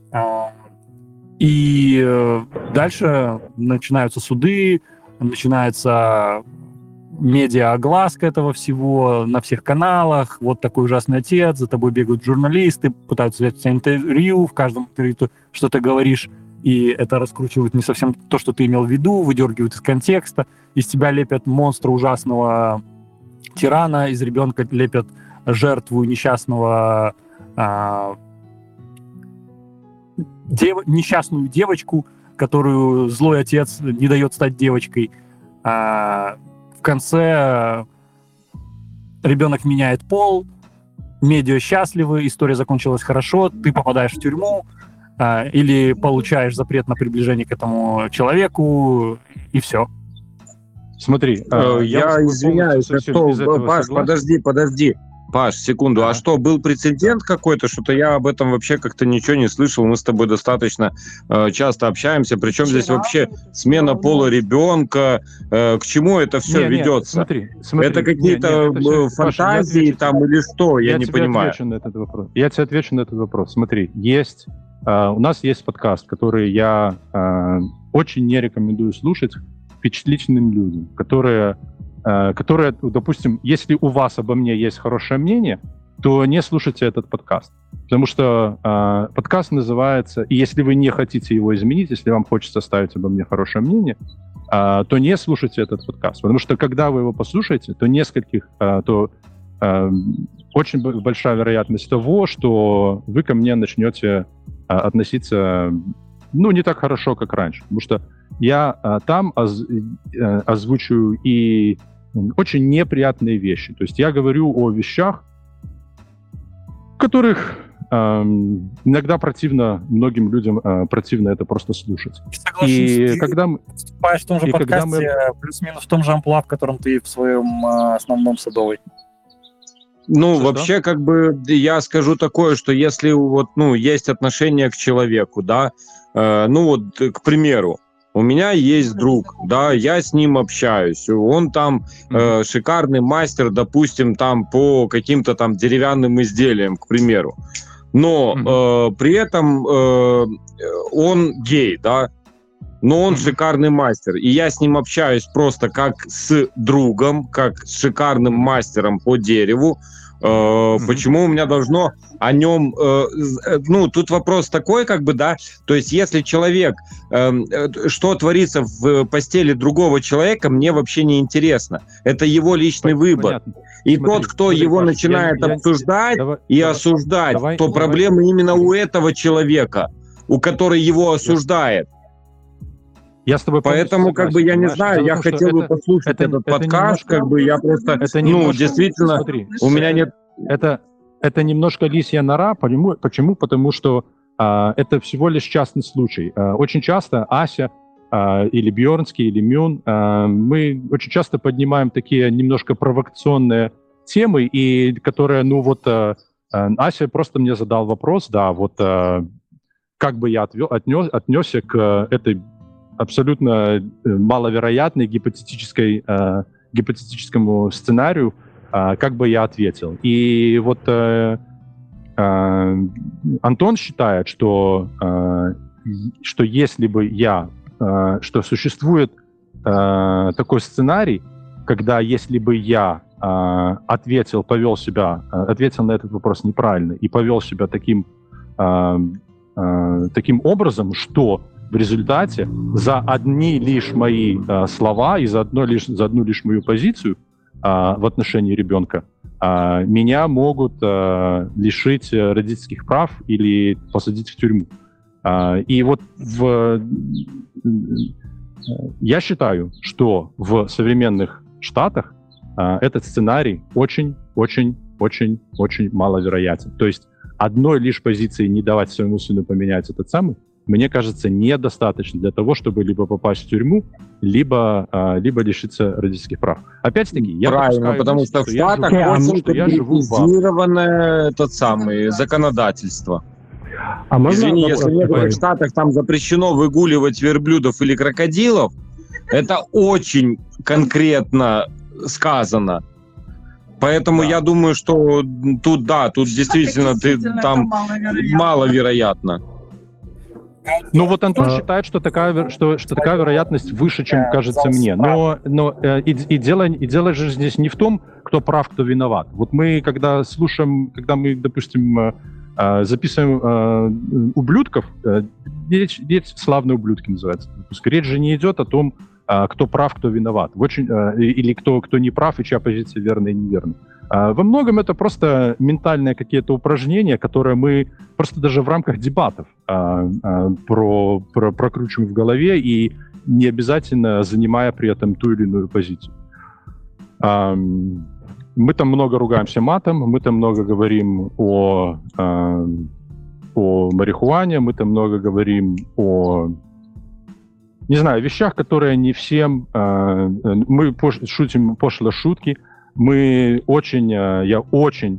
И дальше начинаются суды, начинается медиа-огласка этого всего на всех каналах. Вот такой ужасный отец, за тобой бегают журналисты, пытаются взять интервью, в каждом интервью что ты говоришь, и это раскручивает не совсем то, что ты имел в виду, выдергивают из контекста, из тебя лепят монстра ужасного тирана, из ребенка лепят жертву несчастного а, Дев... несчастную девочку, которую злой отец не дает стать девочкой. А в конце ребенок меняет пол, медиа счастливы, история закончилась хорошо, ты попадаешь в тюрьму а, или получаешь запрет на приближение к этому человеку, и все. Смотри, э, я, я извиняюсь, что... Паш, подожди, подожди. Паш, секунду, да. А что, был прецедент какой-то? Что-то я об этом вообще как-то ничего не слышал. Мы с тобой достаточно э, часто общаемся. Причем Вчера здесь вообще смена пола ребенка? Э, к чему это все не, ведется? Нет, смотри, смотри, это какие-то нет, нет, это все... фантазии Паша, там или что? Я, я не тебе понимаю. Отвечу на этот вопрос. Я тебе отвечу на этот вопрос. Смотри, есть у нас есть подкаст, который я очень не рекомендую слушать впечатлительным людям, которые, которые, допустим, если у вас обо мне есть хорошее мнение, то не слушайте этот подкаст. Потому что э, подкаст называется, и если вы не хотите его изменить, если вам хочется оставить обо мне хорошее мнение, э, то не слушайте этот подкаст. Потому что когда вы его послушаете, то нескольких, э, то э, очень большая вероятность того, что вы ко мне начнете э, относиться, ну, не так хорошо, как раньше. Потому что я э, там оз, э, озвучиваю и очень неприятные вещи. То есть я говорю о вещах, которых э, иногда противно, многим людям э, противно это просто слушать. Согласен, и ты когда мы выступаешь в том же подкасте, мы... плюс-минус в том же амплуа, в котором ты в своем э, основном Садовой. Ну, что, вообще, что? как бы, я скажу такое, что если вот, ну, есть отношение к человеку, да, э, ну, вот, к примеру, у меня есть друг, да, я с ним общаюсь, он там э, шикарный мастер, допустим, там по каким-то там деревянным изделиям, к примеру, но э, при этом э, он гей, да, но он шикарный мастер, и я с ним общаюсь просто как с другом, как с шикарным мастером по дереву. Э, mm-hmm. Почему у меня должно о нем... Э, ну, тут вопрос такой, как бы, да, то есть если человек... Э, что творится в постели другого человека, мне вообще не интересно. Это его личный Понятно. выбор. И смотри, тот, кто смотри, его Паш, начинает я, обсуждать я, и давай, осуждать, давай, то давай, проблемы давай. именно у этого человека, у которого его осуждает. Я с тобой Поэтому, согласен, как бы, я не знаю, я хотел бы это, послушать это, этот это подкаст, немножко, как бы, я просто, это ну, немножко, действительно, смотри, у меня нет... Это, это немножко лисья нора, почему? Почему? Потому что а, это всего лишь частный случай. А, очень часто Ася а, или Бьернский, или Мюн, а, мы очень часто поднимаем такие немножко провокационные темы, и которые, ну, вот, а, Ася просто мне задал вопрос, да, вот, а, как бы я отвел, отнес, отнесся к этой абсолютно маловероятной гипотетической, э, гипотетическому сценарию, э, как бы я ответил. И вот э, э, Антон считает, что, э, что если бы я, э, что существует э, такой сценарий, когда если бы я э, ответил, повел себя, э, ответил на этот вопрос неправильно и повел себя таким, э, э, таким образом, что в результате за одни лишь мои э, слова и за, одно лишь, за одну лишь мою позицию э, в отношении ребенка э, меня могут э, лишить родительских прав или посадить в тюрьму. Э, и вот в, э, я считаю, что в современных штатах э, этот сценарий очень-очень-очень-очень маловероятен. То есть одной лишь позиции не давать своему сыну поменять этот самый, мне кажется, недостаточно для того, чтобы либо попасть в тюрьму, либо, а, либо лишиться родительских прав. Опять-таки, я Правильно, потому что, что в Штатах очень конкретизированное тот самый законодательство. А Извини, если в некоторых Штатах там запрещено выгуливать верблюдов или крокодилов, это очень конкретно сказано. Поэтому да. я думаю, что тут, да, тут действительно, действительно ты там маловероятно. маловероятно. Ну вот Антон а... считает, что такая, что, что такая вероятность выше, чем кажется мне. Но, но э, и, и, дело, и дело же здесь не в том, кто прав, кто виноват. Вот мы, когда слушаем, когда мы, допустим, э, записываем э, ублюдков, э, речь, речь славные ублюдки называется. Речь же не идет о том, э, кто прав, кто виноват. Очень, э, или кто, кто не прав и чья позиция верная и неверная. Во многом это просто ментальные какие-то упражнения, которые мы просто даже в рамках дебатов а, а, про, про, прокручиваем в голове и не обязательно занимая при этом ту или иную позицию. А, мы там много ругаемся матом, мы там много говорим о, а, о марихуане, мы там много говорим о, не знаю, вещах, которые не всем... А, мы пош, шутим пошло шутки. Мы очень, я очень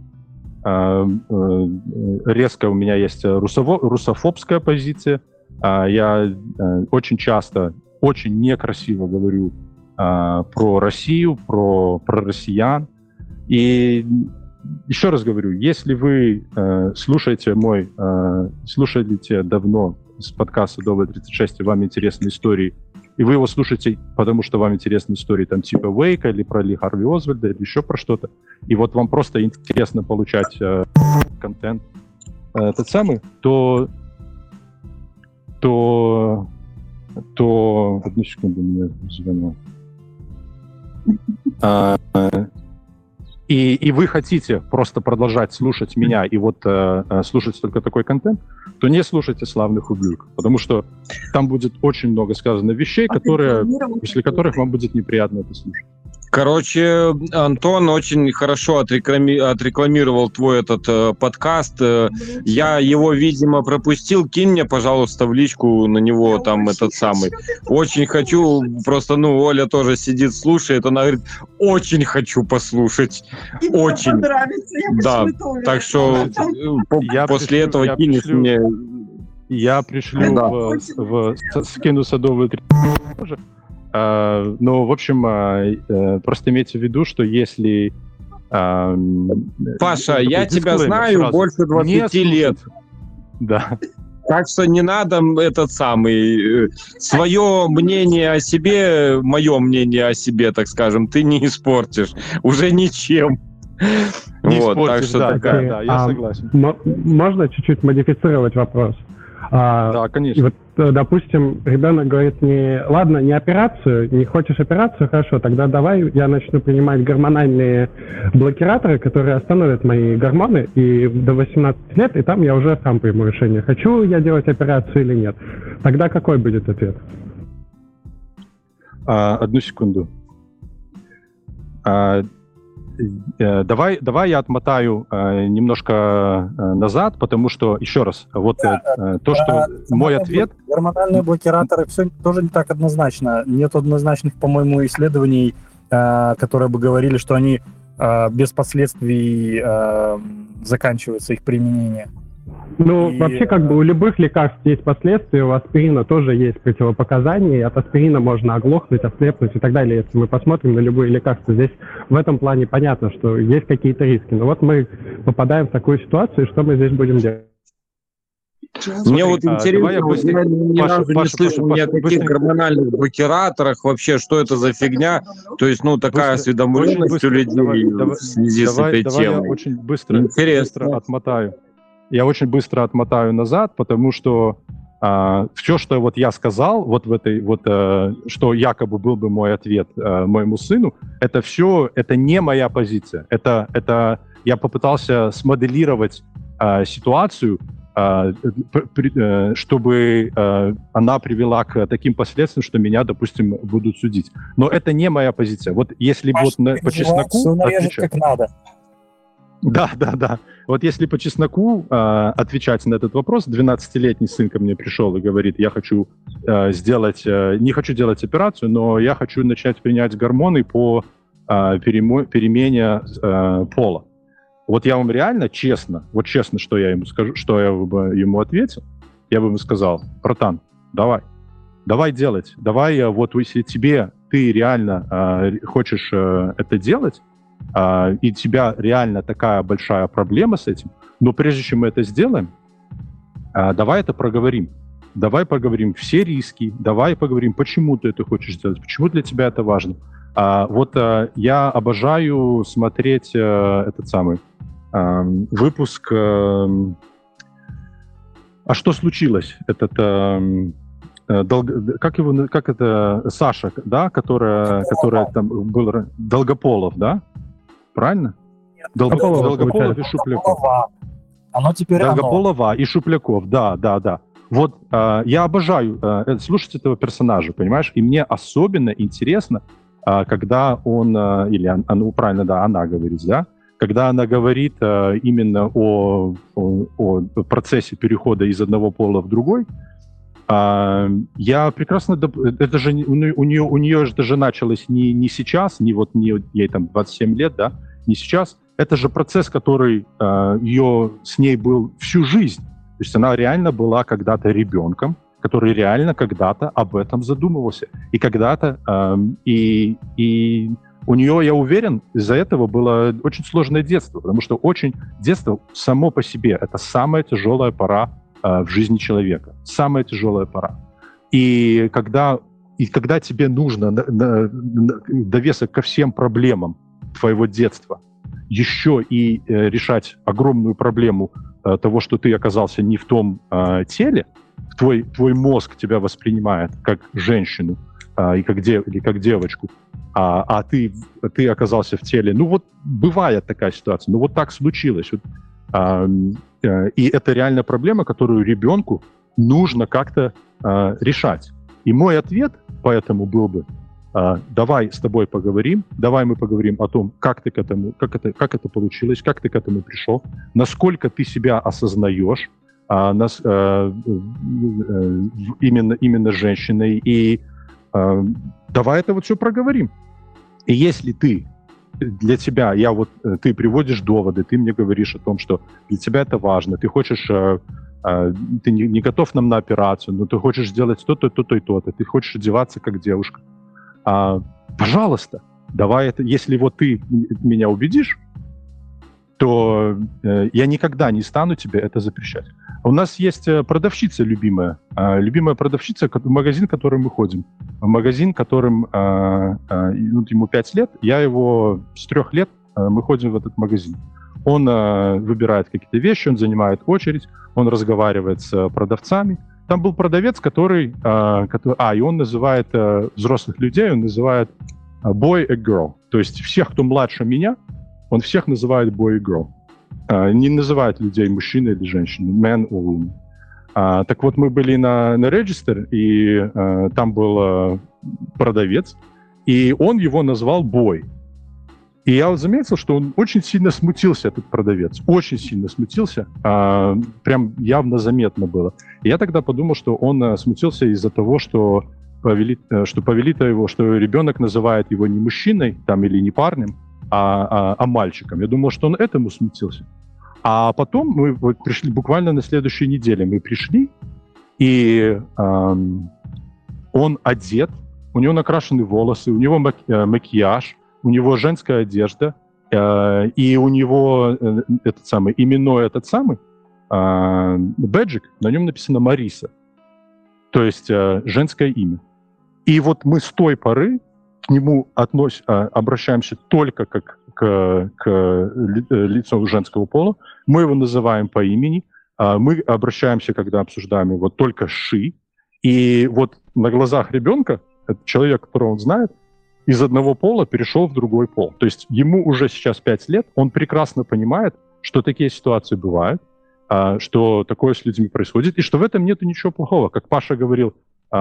резко, у меня есть русово, русофобская позиция. Я очень часто, очень некрасиво говорю про Россию, про, про россиян. И еще раз говорю, если вы э, слушаете мой, э, слушаете давно с подкаста Довод тридцать шесть, и вам интересны истории, и вы его слушаете, потому что вам интересны истории там типа Уэйка или про Ли Харви Озвальда или еще про что-то, и вот вам просто интересно получать э, контент э, этот самый, то то то одну секунду, мне звонят. А, и, и вы хотите просто продолжать слушать меня и вот э, слушать только такой контент, то не слушайте «Славных ублюдков», потому что там будет очень много сказано вещей, которые, после которых вам будет неприятно это слушать. Короче, Антон очень хорошо отреклами... отрекламировал твой этот э, подкаст. Я его, видимо, пропустил. Кинь мне, пожалуйста, в личку на него там этот самый. Очень хочу, просто, ну, Оля тоже сидит, слушает. Она говорит, очень хочу послушать. И очень. Да, так что я после пришлю, этого кинешь пришлю, мне... Я пришлю да. в, в, в скину садовую тоже. Uh, ну, в общем, uh, uh, просто имейте в виду, что если... Uh, Паша, я тебя знаю сразу. Больше двадцати лет. Да. Так что не надо этот самый... Свое мнение о себе, мое мнение о себе, так скажем, ты не испортишь. Уже ничем. Не вот, испортишь, так что да, такая... да, да, я а, согласен. М- можно чуть-чуть модифицировать вопрос? А, да, конечно. Вот, допустим, ребенок говорит мне, ладно, не операцию, не хочешь операцию, хорошо, тогда давай я начну принимать гормональные блокираторы, которые остановят мои гормоны, и до восемнадцати лет, и там я уже сам приму решение, хочу я делать операцию или нет. Тогда какой будет ответ? А, одну секунду. А, Давай, давай я отмотаю э, немножко э, назад, потому что, еще раз, вот э, э, то, что мой ответ... Гормональные блокираторы все тоже не так однозначно. Нет однозначных, по-моему, исследований, э, которые бы говорили, что они э, без последствий э, заканчивается их применение. Ну, и... вообще, как бы у любых лекарств есть последствия, у аспирина тоже есть противопоказания, и от аспирина можно оглохнуть, ослепнуть и так далее. Если мы посмотрим на любые лекарства, здесь в этом плане понятно, что есть какие-то риски. Но вот мы попадаем в такую ситуацию, что мы здесь будем делать? Мне Смотри, вот интересно, я, быстренько... я ни Паша, разу Паша, не слышал Паша, ни о каких быстренько... гормональных блокираторах, вообще, что это за фигня, то есть, ну, такая быстро, осведомленность у людей давай, в связи давай, с этой давай темой. Я очень быстро, быстро отмотаю. Я очень быстро отмотаю назад, потому что а, все, что вот я сказал, вот в этой вот, а, что якобы был бы мой ответ а, моему сыну, это все, это не моя позиция. Это, это я попытался смоделировать а, ситуацию, а, при, а, чтобы а, она привела к таким последствиям, что меня, допустим, будут судить. Но это не моя позиция. Вот если Паш, вот на, по чесноку отвечать, как надо. Да, да, да. Вот если по чесноку э, отвечать на этот вопрос, двенадцатилетний сын ко мне пришел и говорит, я хочу э, сделать, э, не хочу делать операцию, но я хочу начать принять гормоны по э, перемо- перемене э, пола. Вот я вам реально честно, вот честно, что я ему скажу, что я бы ему ответил, я бы ему сказал, братан, давай, давай делать, давай, вот если тебе, ты реально э, хочешь э, это делать, Uh, и у тебя реально такая большая проблема с этим, но прежде чем мы это сделаем, uh, давай это проговорим. Давай поговорим все риски, давай поговорим, почему ты это хочешь сделать, почему для тебя это важно. Uh, вот uh, я обожаю смотреть uh, этот самый uh, выпуск uh, «А что случилось?» Этот... Uh, Долг... Как его, как это, Саша, да, которая, которая там был, Долгополов, да? Правильно? Долгополов, Долгополов и Шупляков. Оно теперь Долгополова оно. И Шупляков, да, да, да. Вот э, я обожаю э, слушать этого персонажа, понимаешь? И мне особенно интересно, э, когда он, э, или он, ну, правильно, да, она говорит, да? Когда она говорит э, именно о, о, о процессе перехода из одного пола в другой, Uh, я прекрасно... Это же у нее, у нее, у нее же даже началось не, не сейчас, не вот не, ей там двадцать семь лет, да, не сейчас. Это же процесс, который uh, ее, с ней был всю жизнь. То есть она реально была когда-то ребенком, который реально когда-то об этом задумывался. И когда-то... Uh, и, и У нее, я уверен, из-за этого было очень сложное детство, потому что очень детство само по себе — это самая тяжелая пора э, в жизни человека. Самая тяжелая пора. И когда, и когда тебе нужно на, на, на, довесок ко всем проблемам твоего детства еще и э, решать огромную проблему э, того, что ты оказался не в том э, теле, твой, твой мозг тебя воспринимает как женщину э, и как дев, или как девочку, а, а ты, ты оказался в теле. Ну вот бывает такая ситуация, ну вот так случилось. Вот, э, э, и это реальная проблема, которую ребенку нужно как-то э, решать. И мой ответ поэтому был бы: э, давай с тобой поговорим, давай мы поговорим о том, как ты к этому, как это, как это получилось, как ты к этому пришел, насколько ты себя осознаешь э, нас, э, э, именно, именно женщиной, и э, давай это вот все проговорим. И если ты для тебя, я вот, ты приводишь доводы, ты мне говоришь о том, что для тебя это важно, ты хочешь... Э, ты не, не готов нам на операцию, но ты хочешь сделать то-то, то-то и то-то, ты хочешь одеваться как девушка. А, пожалуйста, давай это. Если вот ты меня убедишь, то э, я никогда не стану тебе это запрещать. У нас есть продавщица любимая, э, любимая продавщица, магазин, в который мы ходим. Магазин, которым э, э, ну, ему пять лет, я его с трех лет, э, мы ходим в этот магазин. Он э, выбирает какие-то вещи, он занимает очередь, он разговаривает с продавцами. Там был продавец, который... Э, который а, и он называет э, взрослых людей, он называет э, boy и girl. То есть всех, кто младше меня, он всех называет boy и girl. Э, не называет людей мужчиной или женщиной, man or woman. Э, так вот, мы были на, на Register, и э, там был э, продавец, и он его назвал boy. И я вот заметил, что он очень сильно смутился, этот продавец. Очень сильно смутился. А, прям явно заметно было. И я тогда подумал, что он а, смутился из-за того, что повели, что повели-то его, что ребенок называет его не мужчиной там, или не парнем, а, а, а мальчиком. Я думал, что он этому смутился. А потом мы вот пришли, буквально на следующей неделе мы пришли, и а, он одет, у него накрашены волосы, у него маки- макияж, у него женская одежда, э, и у него э, этот самый, именной этот самый э, бэджик, на нем написано Мариса, то есть э, женское имя. И вот мы с той поры к нему относ, э, обращаемся только как к, к лицу женского пола, мы его называем по имени, э, мы обращаемся, когда обсуждаем его, только «ши», и вот на глазах ребенка, этот человек, которого он знает, из одного пола перешел в другой пол. То есть ему уже сейчас пять лет, он прекрасно понимает, что такие ситуации бывают, что такое с людьми происходит, и что в этом нет ничего плохого. Как Паша говорил,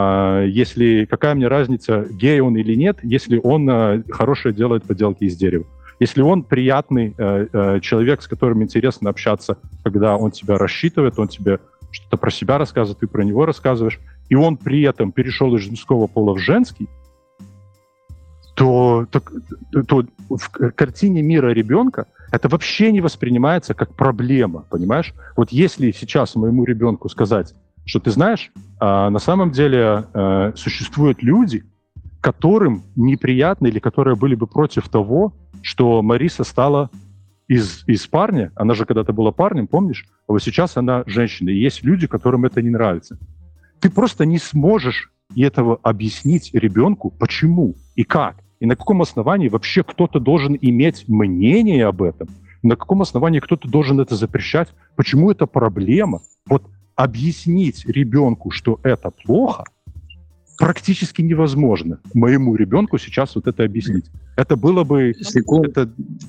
если какая мне разница, гей он или нет, если он хорошее делает поделки из дерева. Если он приятный человек, с которым интересно общаться, когда он тебя рассчитывает, он тебе что-то про себя рассказывает, ты про него рассказываешь, и он при этом перешел из женского пола в женский, То, то, то в картине мира ребенка это вообще не воспринимается как проблема, понимаешь? Вот если сейчас моему ребенку сказать, что ты знаешь, а, на самом деле а, существуют люди, которым неприятно или которые были бы против того, что Мариса стала из, из парня, она же когда-то была парнем, помнишь? А вот сейчас она женщина, и есть люди, которым это не нравится. Ты просто не сможешь этого объяснить ребенку, почему и как. И на каком основании вообще кто-то должен иметь мнение об этом? На каком основании кто-то должен это запрещать? Почему это проблема? Вот объяснить ребенку, что это плохо, практически невозможно. Моему ребенку сейчас вот это объяснить. Это было бы... Секунду, это...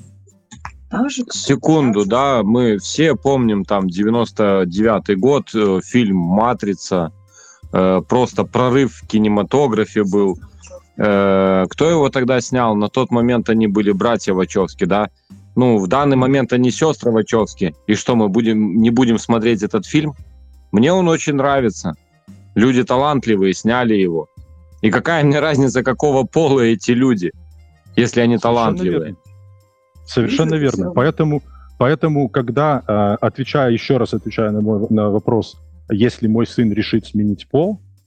Секунду, да, мы все помним там девяносто девятый год, э, фильм «Матрица», э, просто прорыв в кинематографе был. Э, кто его тогда снял? На тот момент они были братья Вачовски, да? Ну, в данный момент они сестры Вачовски. И что, мы будем, не будем смотреть этот фильм? Мне он очень нравится. Люди талантливые, сняли его. И какая мне разница, какого пола эти люди, если они Совершенно талантливые? Верно. Совершенно верно. Поэтому, поэтому когда, э, отвечая, еще раз отвечая на, мой, на вопрос, если мой сын решит сменить пол,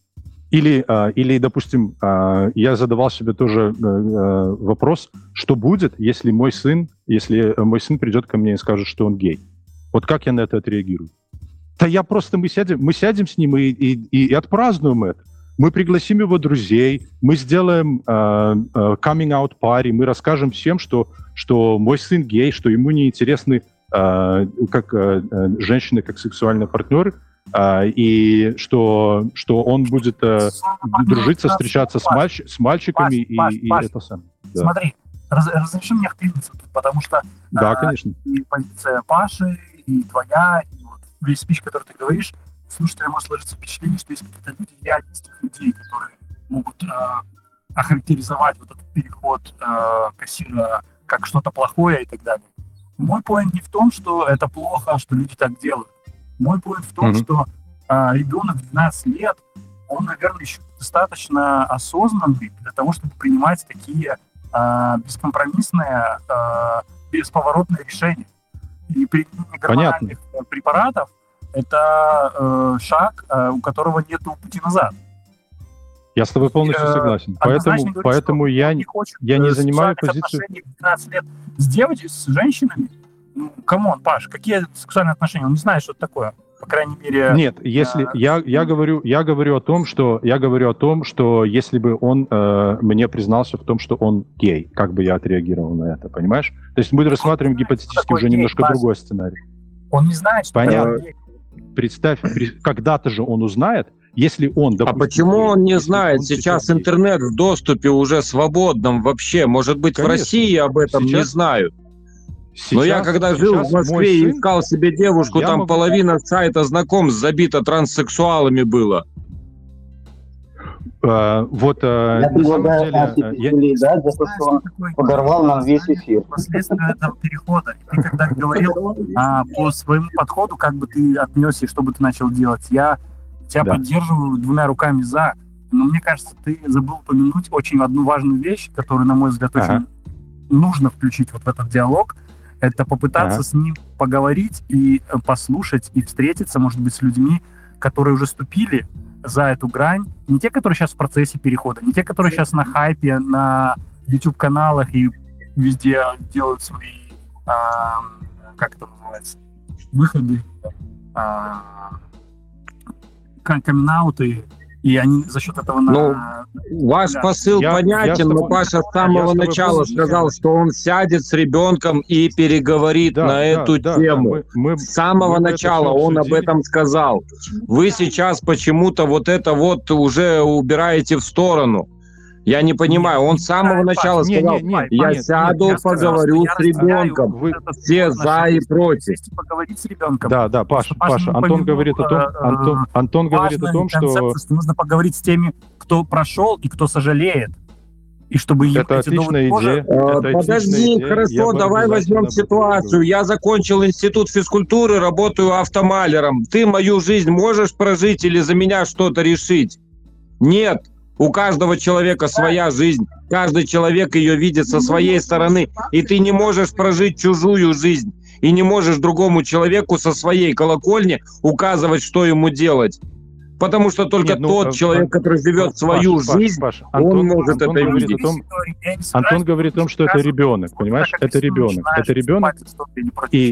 Или, или, допустим, я задавал себе тоже вопрос, что будет, если мой сын, если мой сын придет ко мне и скажет, что он гей. Вот как я на это отреагирую? Да я просто, мы сядем, мы сядем с ним и, и, и отпразднуем это. Мы пригласим его друзей, мы сделаем coming-out party, мы расскажем всем, что, что мой сын гей, что ему неинтересны как женщины, как сексуальные партнеры, Uh, и что, что он будет uh, дружиться, встречаться с, мальч- с мальчиками, Паш, и, Паш, и Паш, это самое. Да. Смотри, раз, разреши мне вклиниться, потому что да, uh, конечно. И позиция Паши, и твоя, и вот весь спич, который ты говоришь, слушателям может сложиться впечатление, что есть какие-то люди, я из тех людей, которые могут uh, охарактеризовать вот этот переход uh, кассира как что-то плохое и так далее. Мой поинт не в том, что это плохо, что люди так делают. Мой поинт в том, mm-hmm. что а, ребенок в двенадцать лет, он, наверное, еще достаточно осознанный для того, чтобы принимать такие а, бескомпромиссные, а, бесповоротные решения. И применение гормональных препаратов – это а, шаг, а, у которого нет пути назад. Я с тобой полностью и, согласен. Поэтому, говорит, поэтому я, не, хочет, я не занимаю позицию... в двенадцать лет с девочками, с женщинами. Ну, камон, Паш, какие сексуальные отношения? Он не знает, что это такое. По крайней мере... Нет, если э, я, я, говорю, я говорю о том, что я говорю о том, что если бы он э, мне признался в том, что он гей, как бы я отреагировал на это, понимаешь? То есть мы рассматриваем гипотетически уже гей, немножко Паш? другой сценарий. Он не знает, что Понятно. это гей. Представь, когда-то же он узнает, если он... Допустим, а почему он не знает? Он сейчас, сейчас интернет в доступе уже свободном вообще. Может быть, Конечно. в России об этом сейчас... не знают. Сейчас, Но я когда жил в Москве и искал себе девушку, там могу... половина сайта знакомств забита транссексуалами было. Uh, вот, uh, я предлагаю деле, я... да, за то, что он подорвал нам весь эфир. Последствия этого перехода. Ты когда говорил а, по своему подходу, как бы ты отнесся и что бы ты начал делать, я тебя да. поддерживаю двумя руками за. Но мне кажется, ты забыл упомянуть очень одну важную вещь, которую, на мой взгляд, ага. очень нужно включить вот в этот диалог. Это попытаться ага. с ним поговорить и послушать, и встретиться, может быть, с людьми, которые уже ступили за эту грань. Не те, которые сейчас в процессе перехода, не те, которые сейчас на хайпе, на YouTube-каналах и везде делают свои, а, как это называется, выходы, а, камин-ауты, и они за счет этого... Ну, на... ваш да. посыл я, понятен, я но Паша с самого начала сказал, что он сядет с ребенком и переговорит да, на да, эту да, тему. Да, мы, мы, с самого мы начала он об этом сказал. Вы сейчас почему-то вот это вот уже убираете в сторону. Я не понимаю, он с самого начала не, сказал, не, не, не, я нет, сяду, нет, поговорю я с ребенком, вы, все за и против. Поговорить с ребенком. Да, да, Паша, Паша, Антон говорит о том, Антон, Антон говорит о том, что... что нужно поговорить с теми, кто прошел и кто сожалеет. И чтобы это отличная идея. Это Подожди, идея. хорошо, я давай возьмем ситуацию. Я закончил институт физкультуры, работаю автомалером. Ты мою жизнь можешь прожить или за меня что-то решить? Нет. У каждого человека своя жизнь, каждый человек ее видит со своей стороны, и ты не можешь прожить чужую жизнь, и не можешь другому человеку со своей колокольни указывать, что ему делать. Потому что только Нет, ну, тот человек, который живет Паш, свою Паш, жизнь, Паш, Паш, Антон, он может Антон это видеть. О том, Антон говорит о том, что это ребенок, понимаешь? Это ребенок. Это ребенок. И...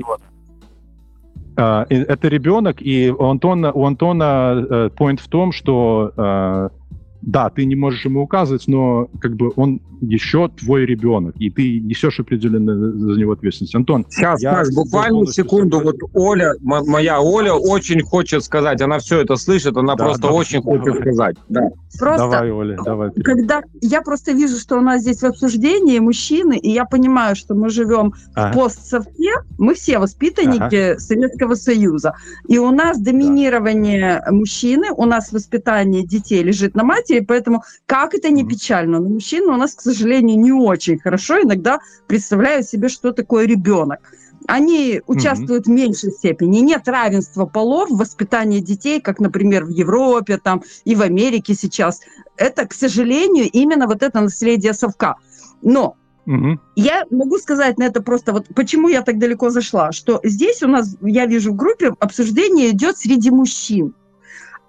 Uh, это ребенок, и у Антона, у Антона point uh, в том, что uh, да, ты не можешь ему указывать, но как бы он еще твой ребенок, и ты несешь определенную за него ответственность. Антон, сейчас, Саш, буквально секунду. Вот Оля, моя Оля очень хочет сказать, она все это слышит, она да, просто да, очень давай. хочет сказать. Да. Просто, давай, Оля, давай. Когда я просто вижу, что у нас здесь в обсуждении мужчины, и я понимаю, что мы живем ага. в постсовке, мы все воспитанники ага. Советского Союза, и у нас доминирование да. мужчины, у нас воспитание детей лежит на матери, поэтому как это не печально, но мужчины у нас, к сожалению, не очень хорошо иногда представляют себе, что такое ребенок. Они участвуют mm-hmm. в меньшей степени. Нет равенства полов в воспитании детей, как, например, в Европе там, и в Америке сейчас. Это, к сожалению, именно вот это наследие совка. Но mm-hmm. я могу сказать на это просто, вот почему я так далеко зашла, что здесь у нас, я вижу в группе, обсуждение идет среди мужчин.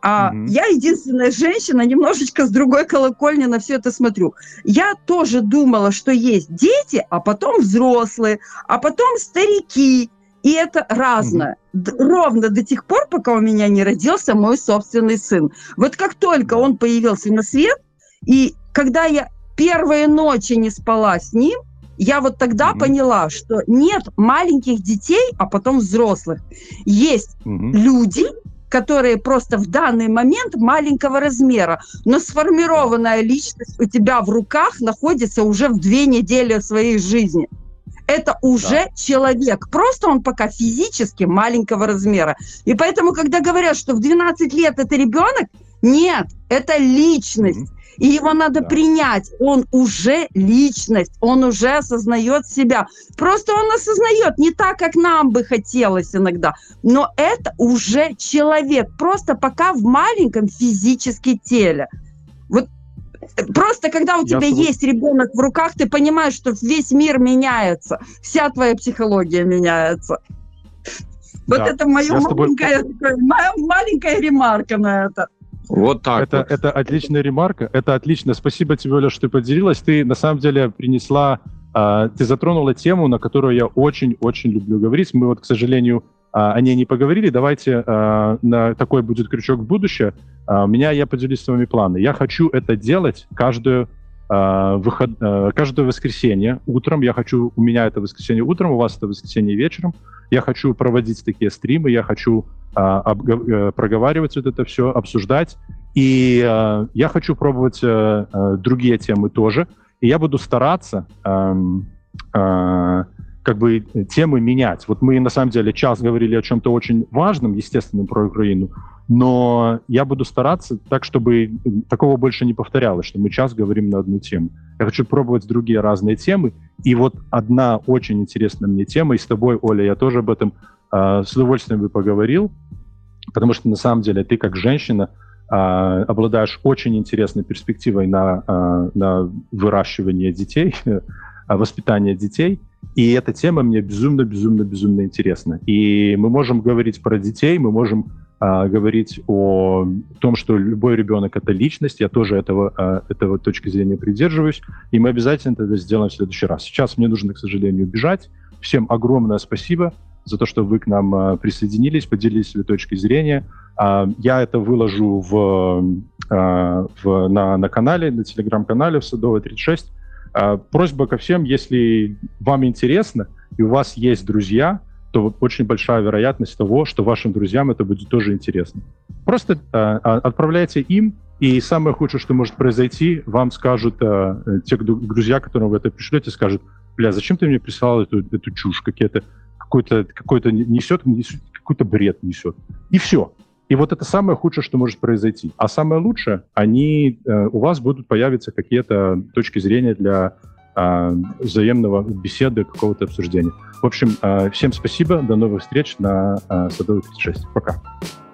А mm-hmm. я единственная женщина, немножечко с другой колокольни на все это смотрю. Я тоже думала, что есть дети, а потом взрослые, а потом старики. И это разное. Mm-hmm. Ровно до тех пор, пока у меня не родился мой собственный сын. Вот как только он появился на свет, и когда я первые ночи не спала с ним, я вот тогда mm-hmm. поняла, что нет маленьких детей, а потом взрослых. Есть mm-hmm. люди, которые просто в данный момент маленького размера, но сформированная личность у тебя в руках находится уже в две недели своей жизни. Это уже да. человек. Просто он пока физически маленького размера. И поэтому, когда говорят, что в двенадцать лет это ребенок, нет, это личность. Mm-hmm. И его надо да. принять. Он уже личность, он уже осознает себя. Просто он осознает не так, как нам бы хотелось иногда. Но это уже человек. Просто пока в маленьком физическом теле. Вот просто когда у тебя Я есть ребенок в руках, ты понимаешь, что весь мир меняется. Вся твоя психология меняется. Вот да. это моя маленькая, тобой... моя маленькая ремарка на это. Вот так. Это, вот. это отличная ремарка. Это отлично. Спасибо тебе, Оля, что ты поделилась. Ты на самом деле принесла, э, ты затронула тему, на которую я очень-очень люблю говорить. Мы вот, к сожалению, э, о ней не поговорили. Давайте э, на такой будет крючок в будущее. Э, у меня, я поделюсь своими планами. Я хочу это делать каждую, э, выход, э, каждое воскресенье утром. Я хочу, у меня это воскресенье утром, у вас это воскресенье вечером. Я хочу проводить такие стримы, я хочу а, обго- проговаривать вот это все, обсуждать. И а, я хочу пробовать а, а, другие темы тоже. И я буду стараться а, а, как бы темы менять. Вот мы на самом деле час говорили о чем-то очень важном, естественно, про Украину, но я буду стараться так, чтобы такого больше не повторялось, что мы час говорим на одну тему. Я хочу пробовать другие разные темы. И вот одна очень интересная мне тема, и с тобой, Оля, я тоже об этом э, с удовольствием бы поговорил, потому что на самом деле ты как женщина э, обладаешь очень интересной перспективой на, э, на выращивание детей, воспитание детей. И эта тема мне безумно-безумно-безумно интересна. И мы можем говорить про детей, мы можем а, говорить о том, что любой ребенок — это личность. Я тоже этого, а, этого точки зрения придерживаюсь. И мы обязательно это сделаем в следующий раз. Сейчас мне нужно, к сожалению, бежать. Всем огромное спасибо за то, что вы к нам а, присоединились, поделились своей точкой зрения. А, я это выложу в, а, в, на, на канале, на телеграм-канале в Садовой тридцать шесть. Просьба ко всем, если вам интересно и у вас есть друзья, то очень большая вероятность того, что вашим друзьям это будет тоже интересно. Просто э, отправляйте им, и самое худшее, что может произойти, вам скажут э, те друзья, которым вы это пришлете, скажут: бля, зачем ты мне прислал эту, эту чушь, какие-то, какой-то, какой-то несет, несет, какой-то бред несет. И все. И вот это самое худшее, что может произойти. А самое лучшее, они, э, у вас будут появиться какие-то точки зрения для э, взаимного беседы, какого-то обсуждения. В общем, э, всем спасибо, до новых встреч на э, Садовой тридцать шесть. Пока.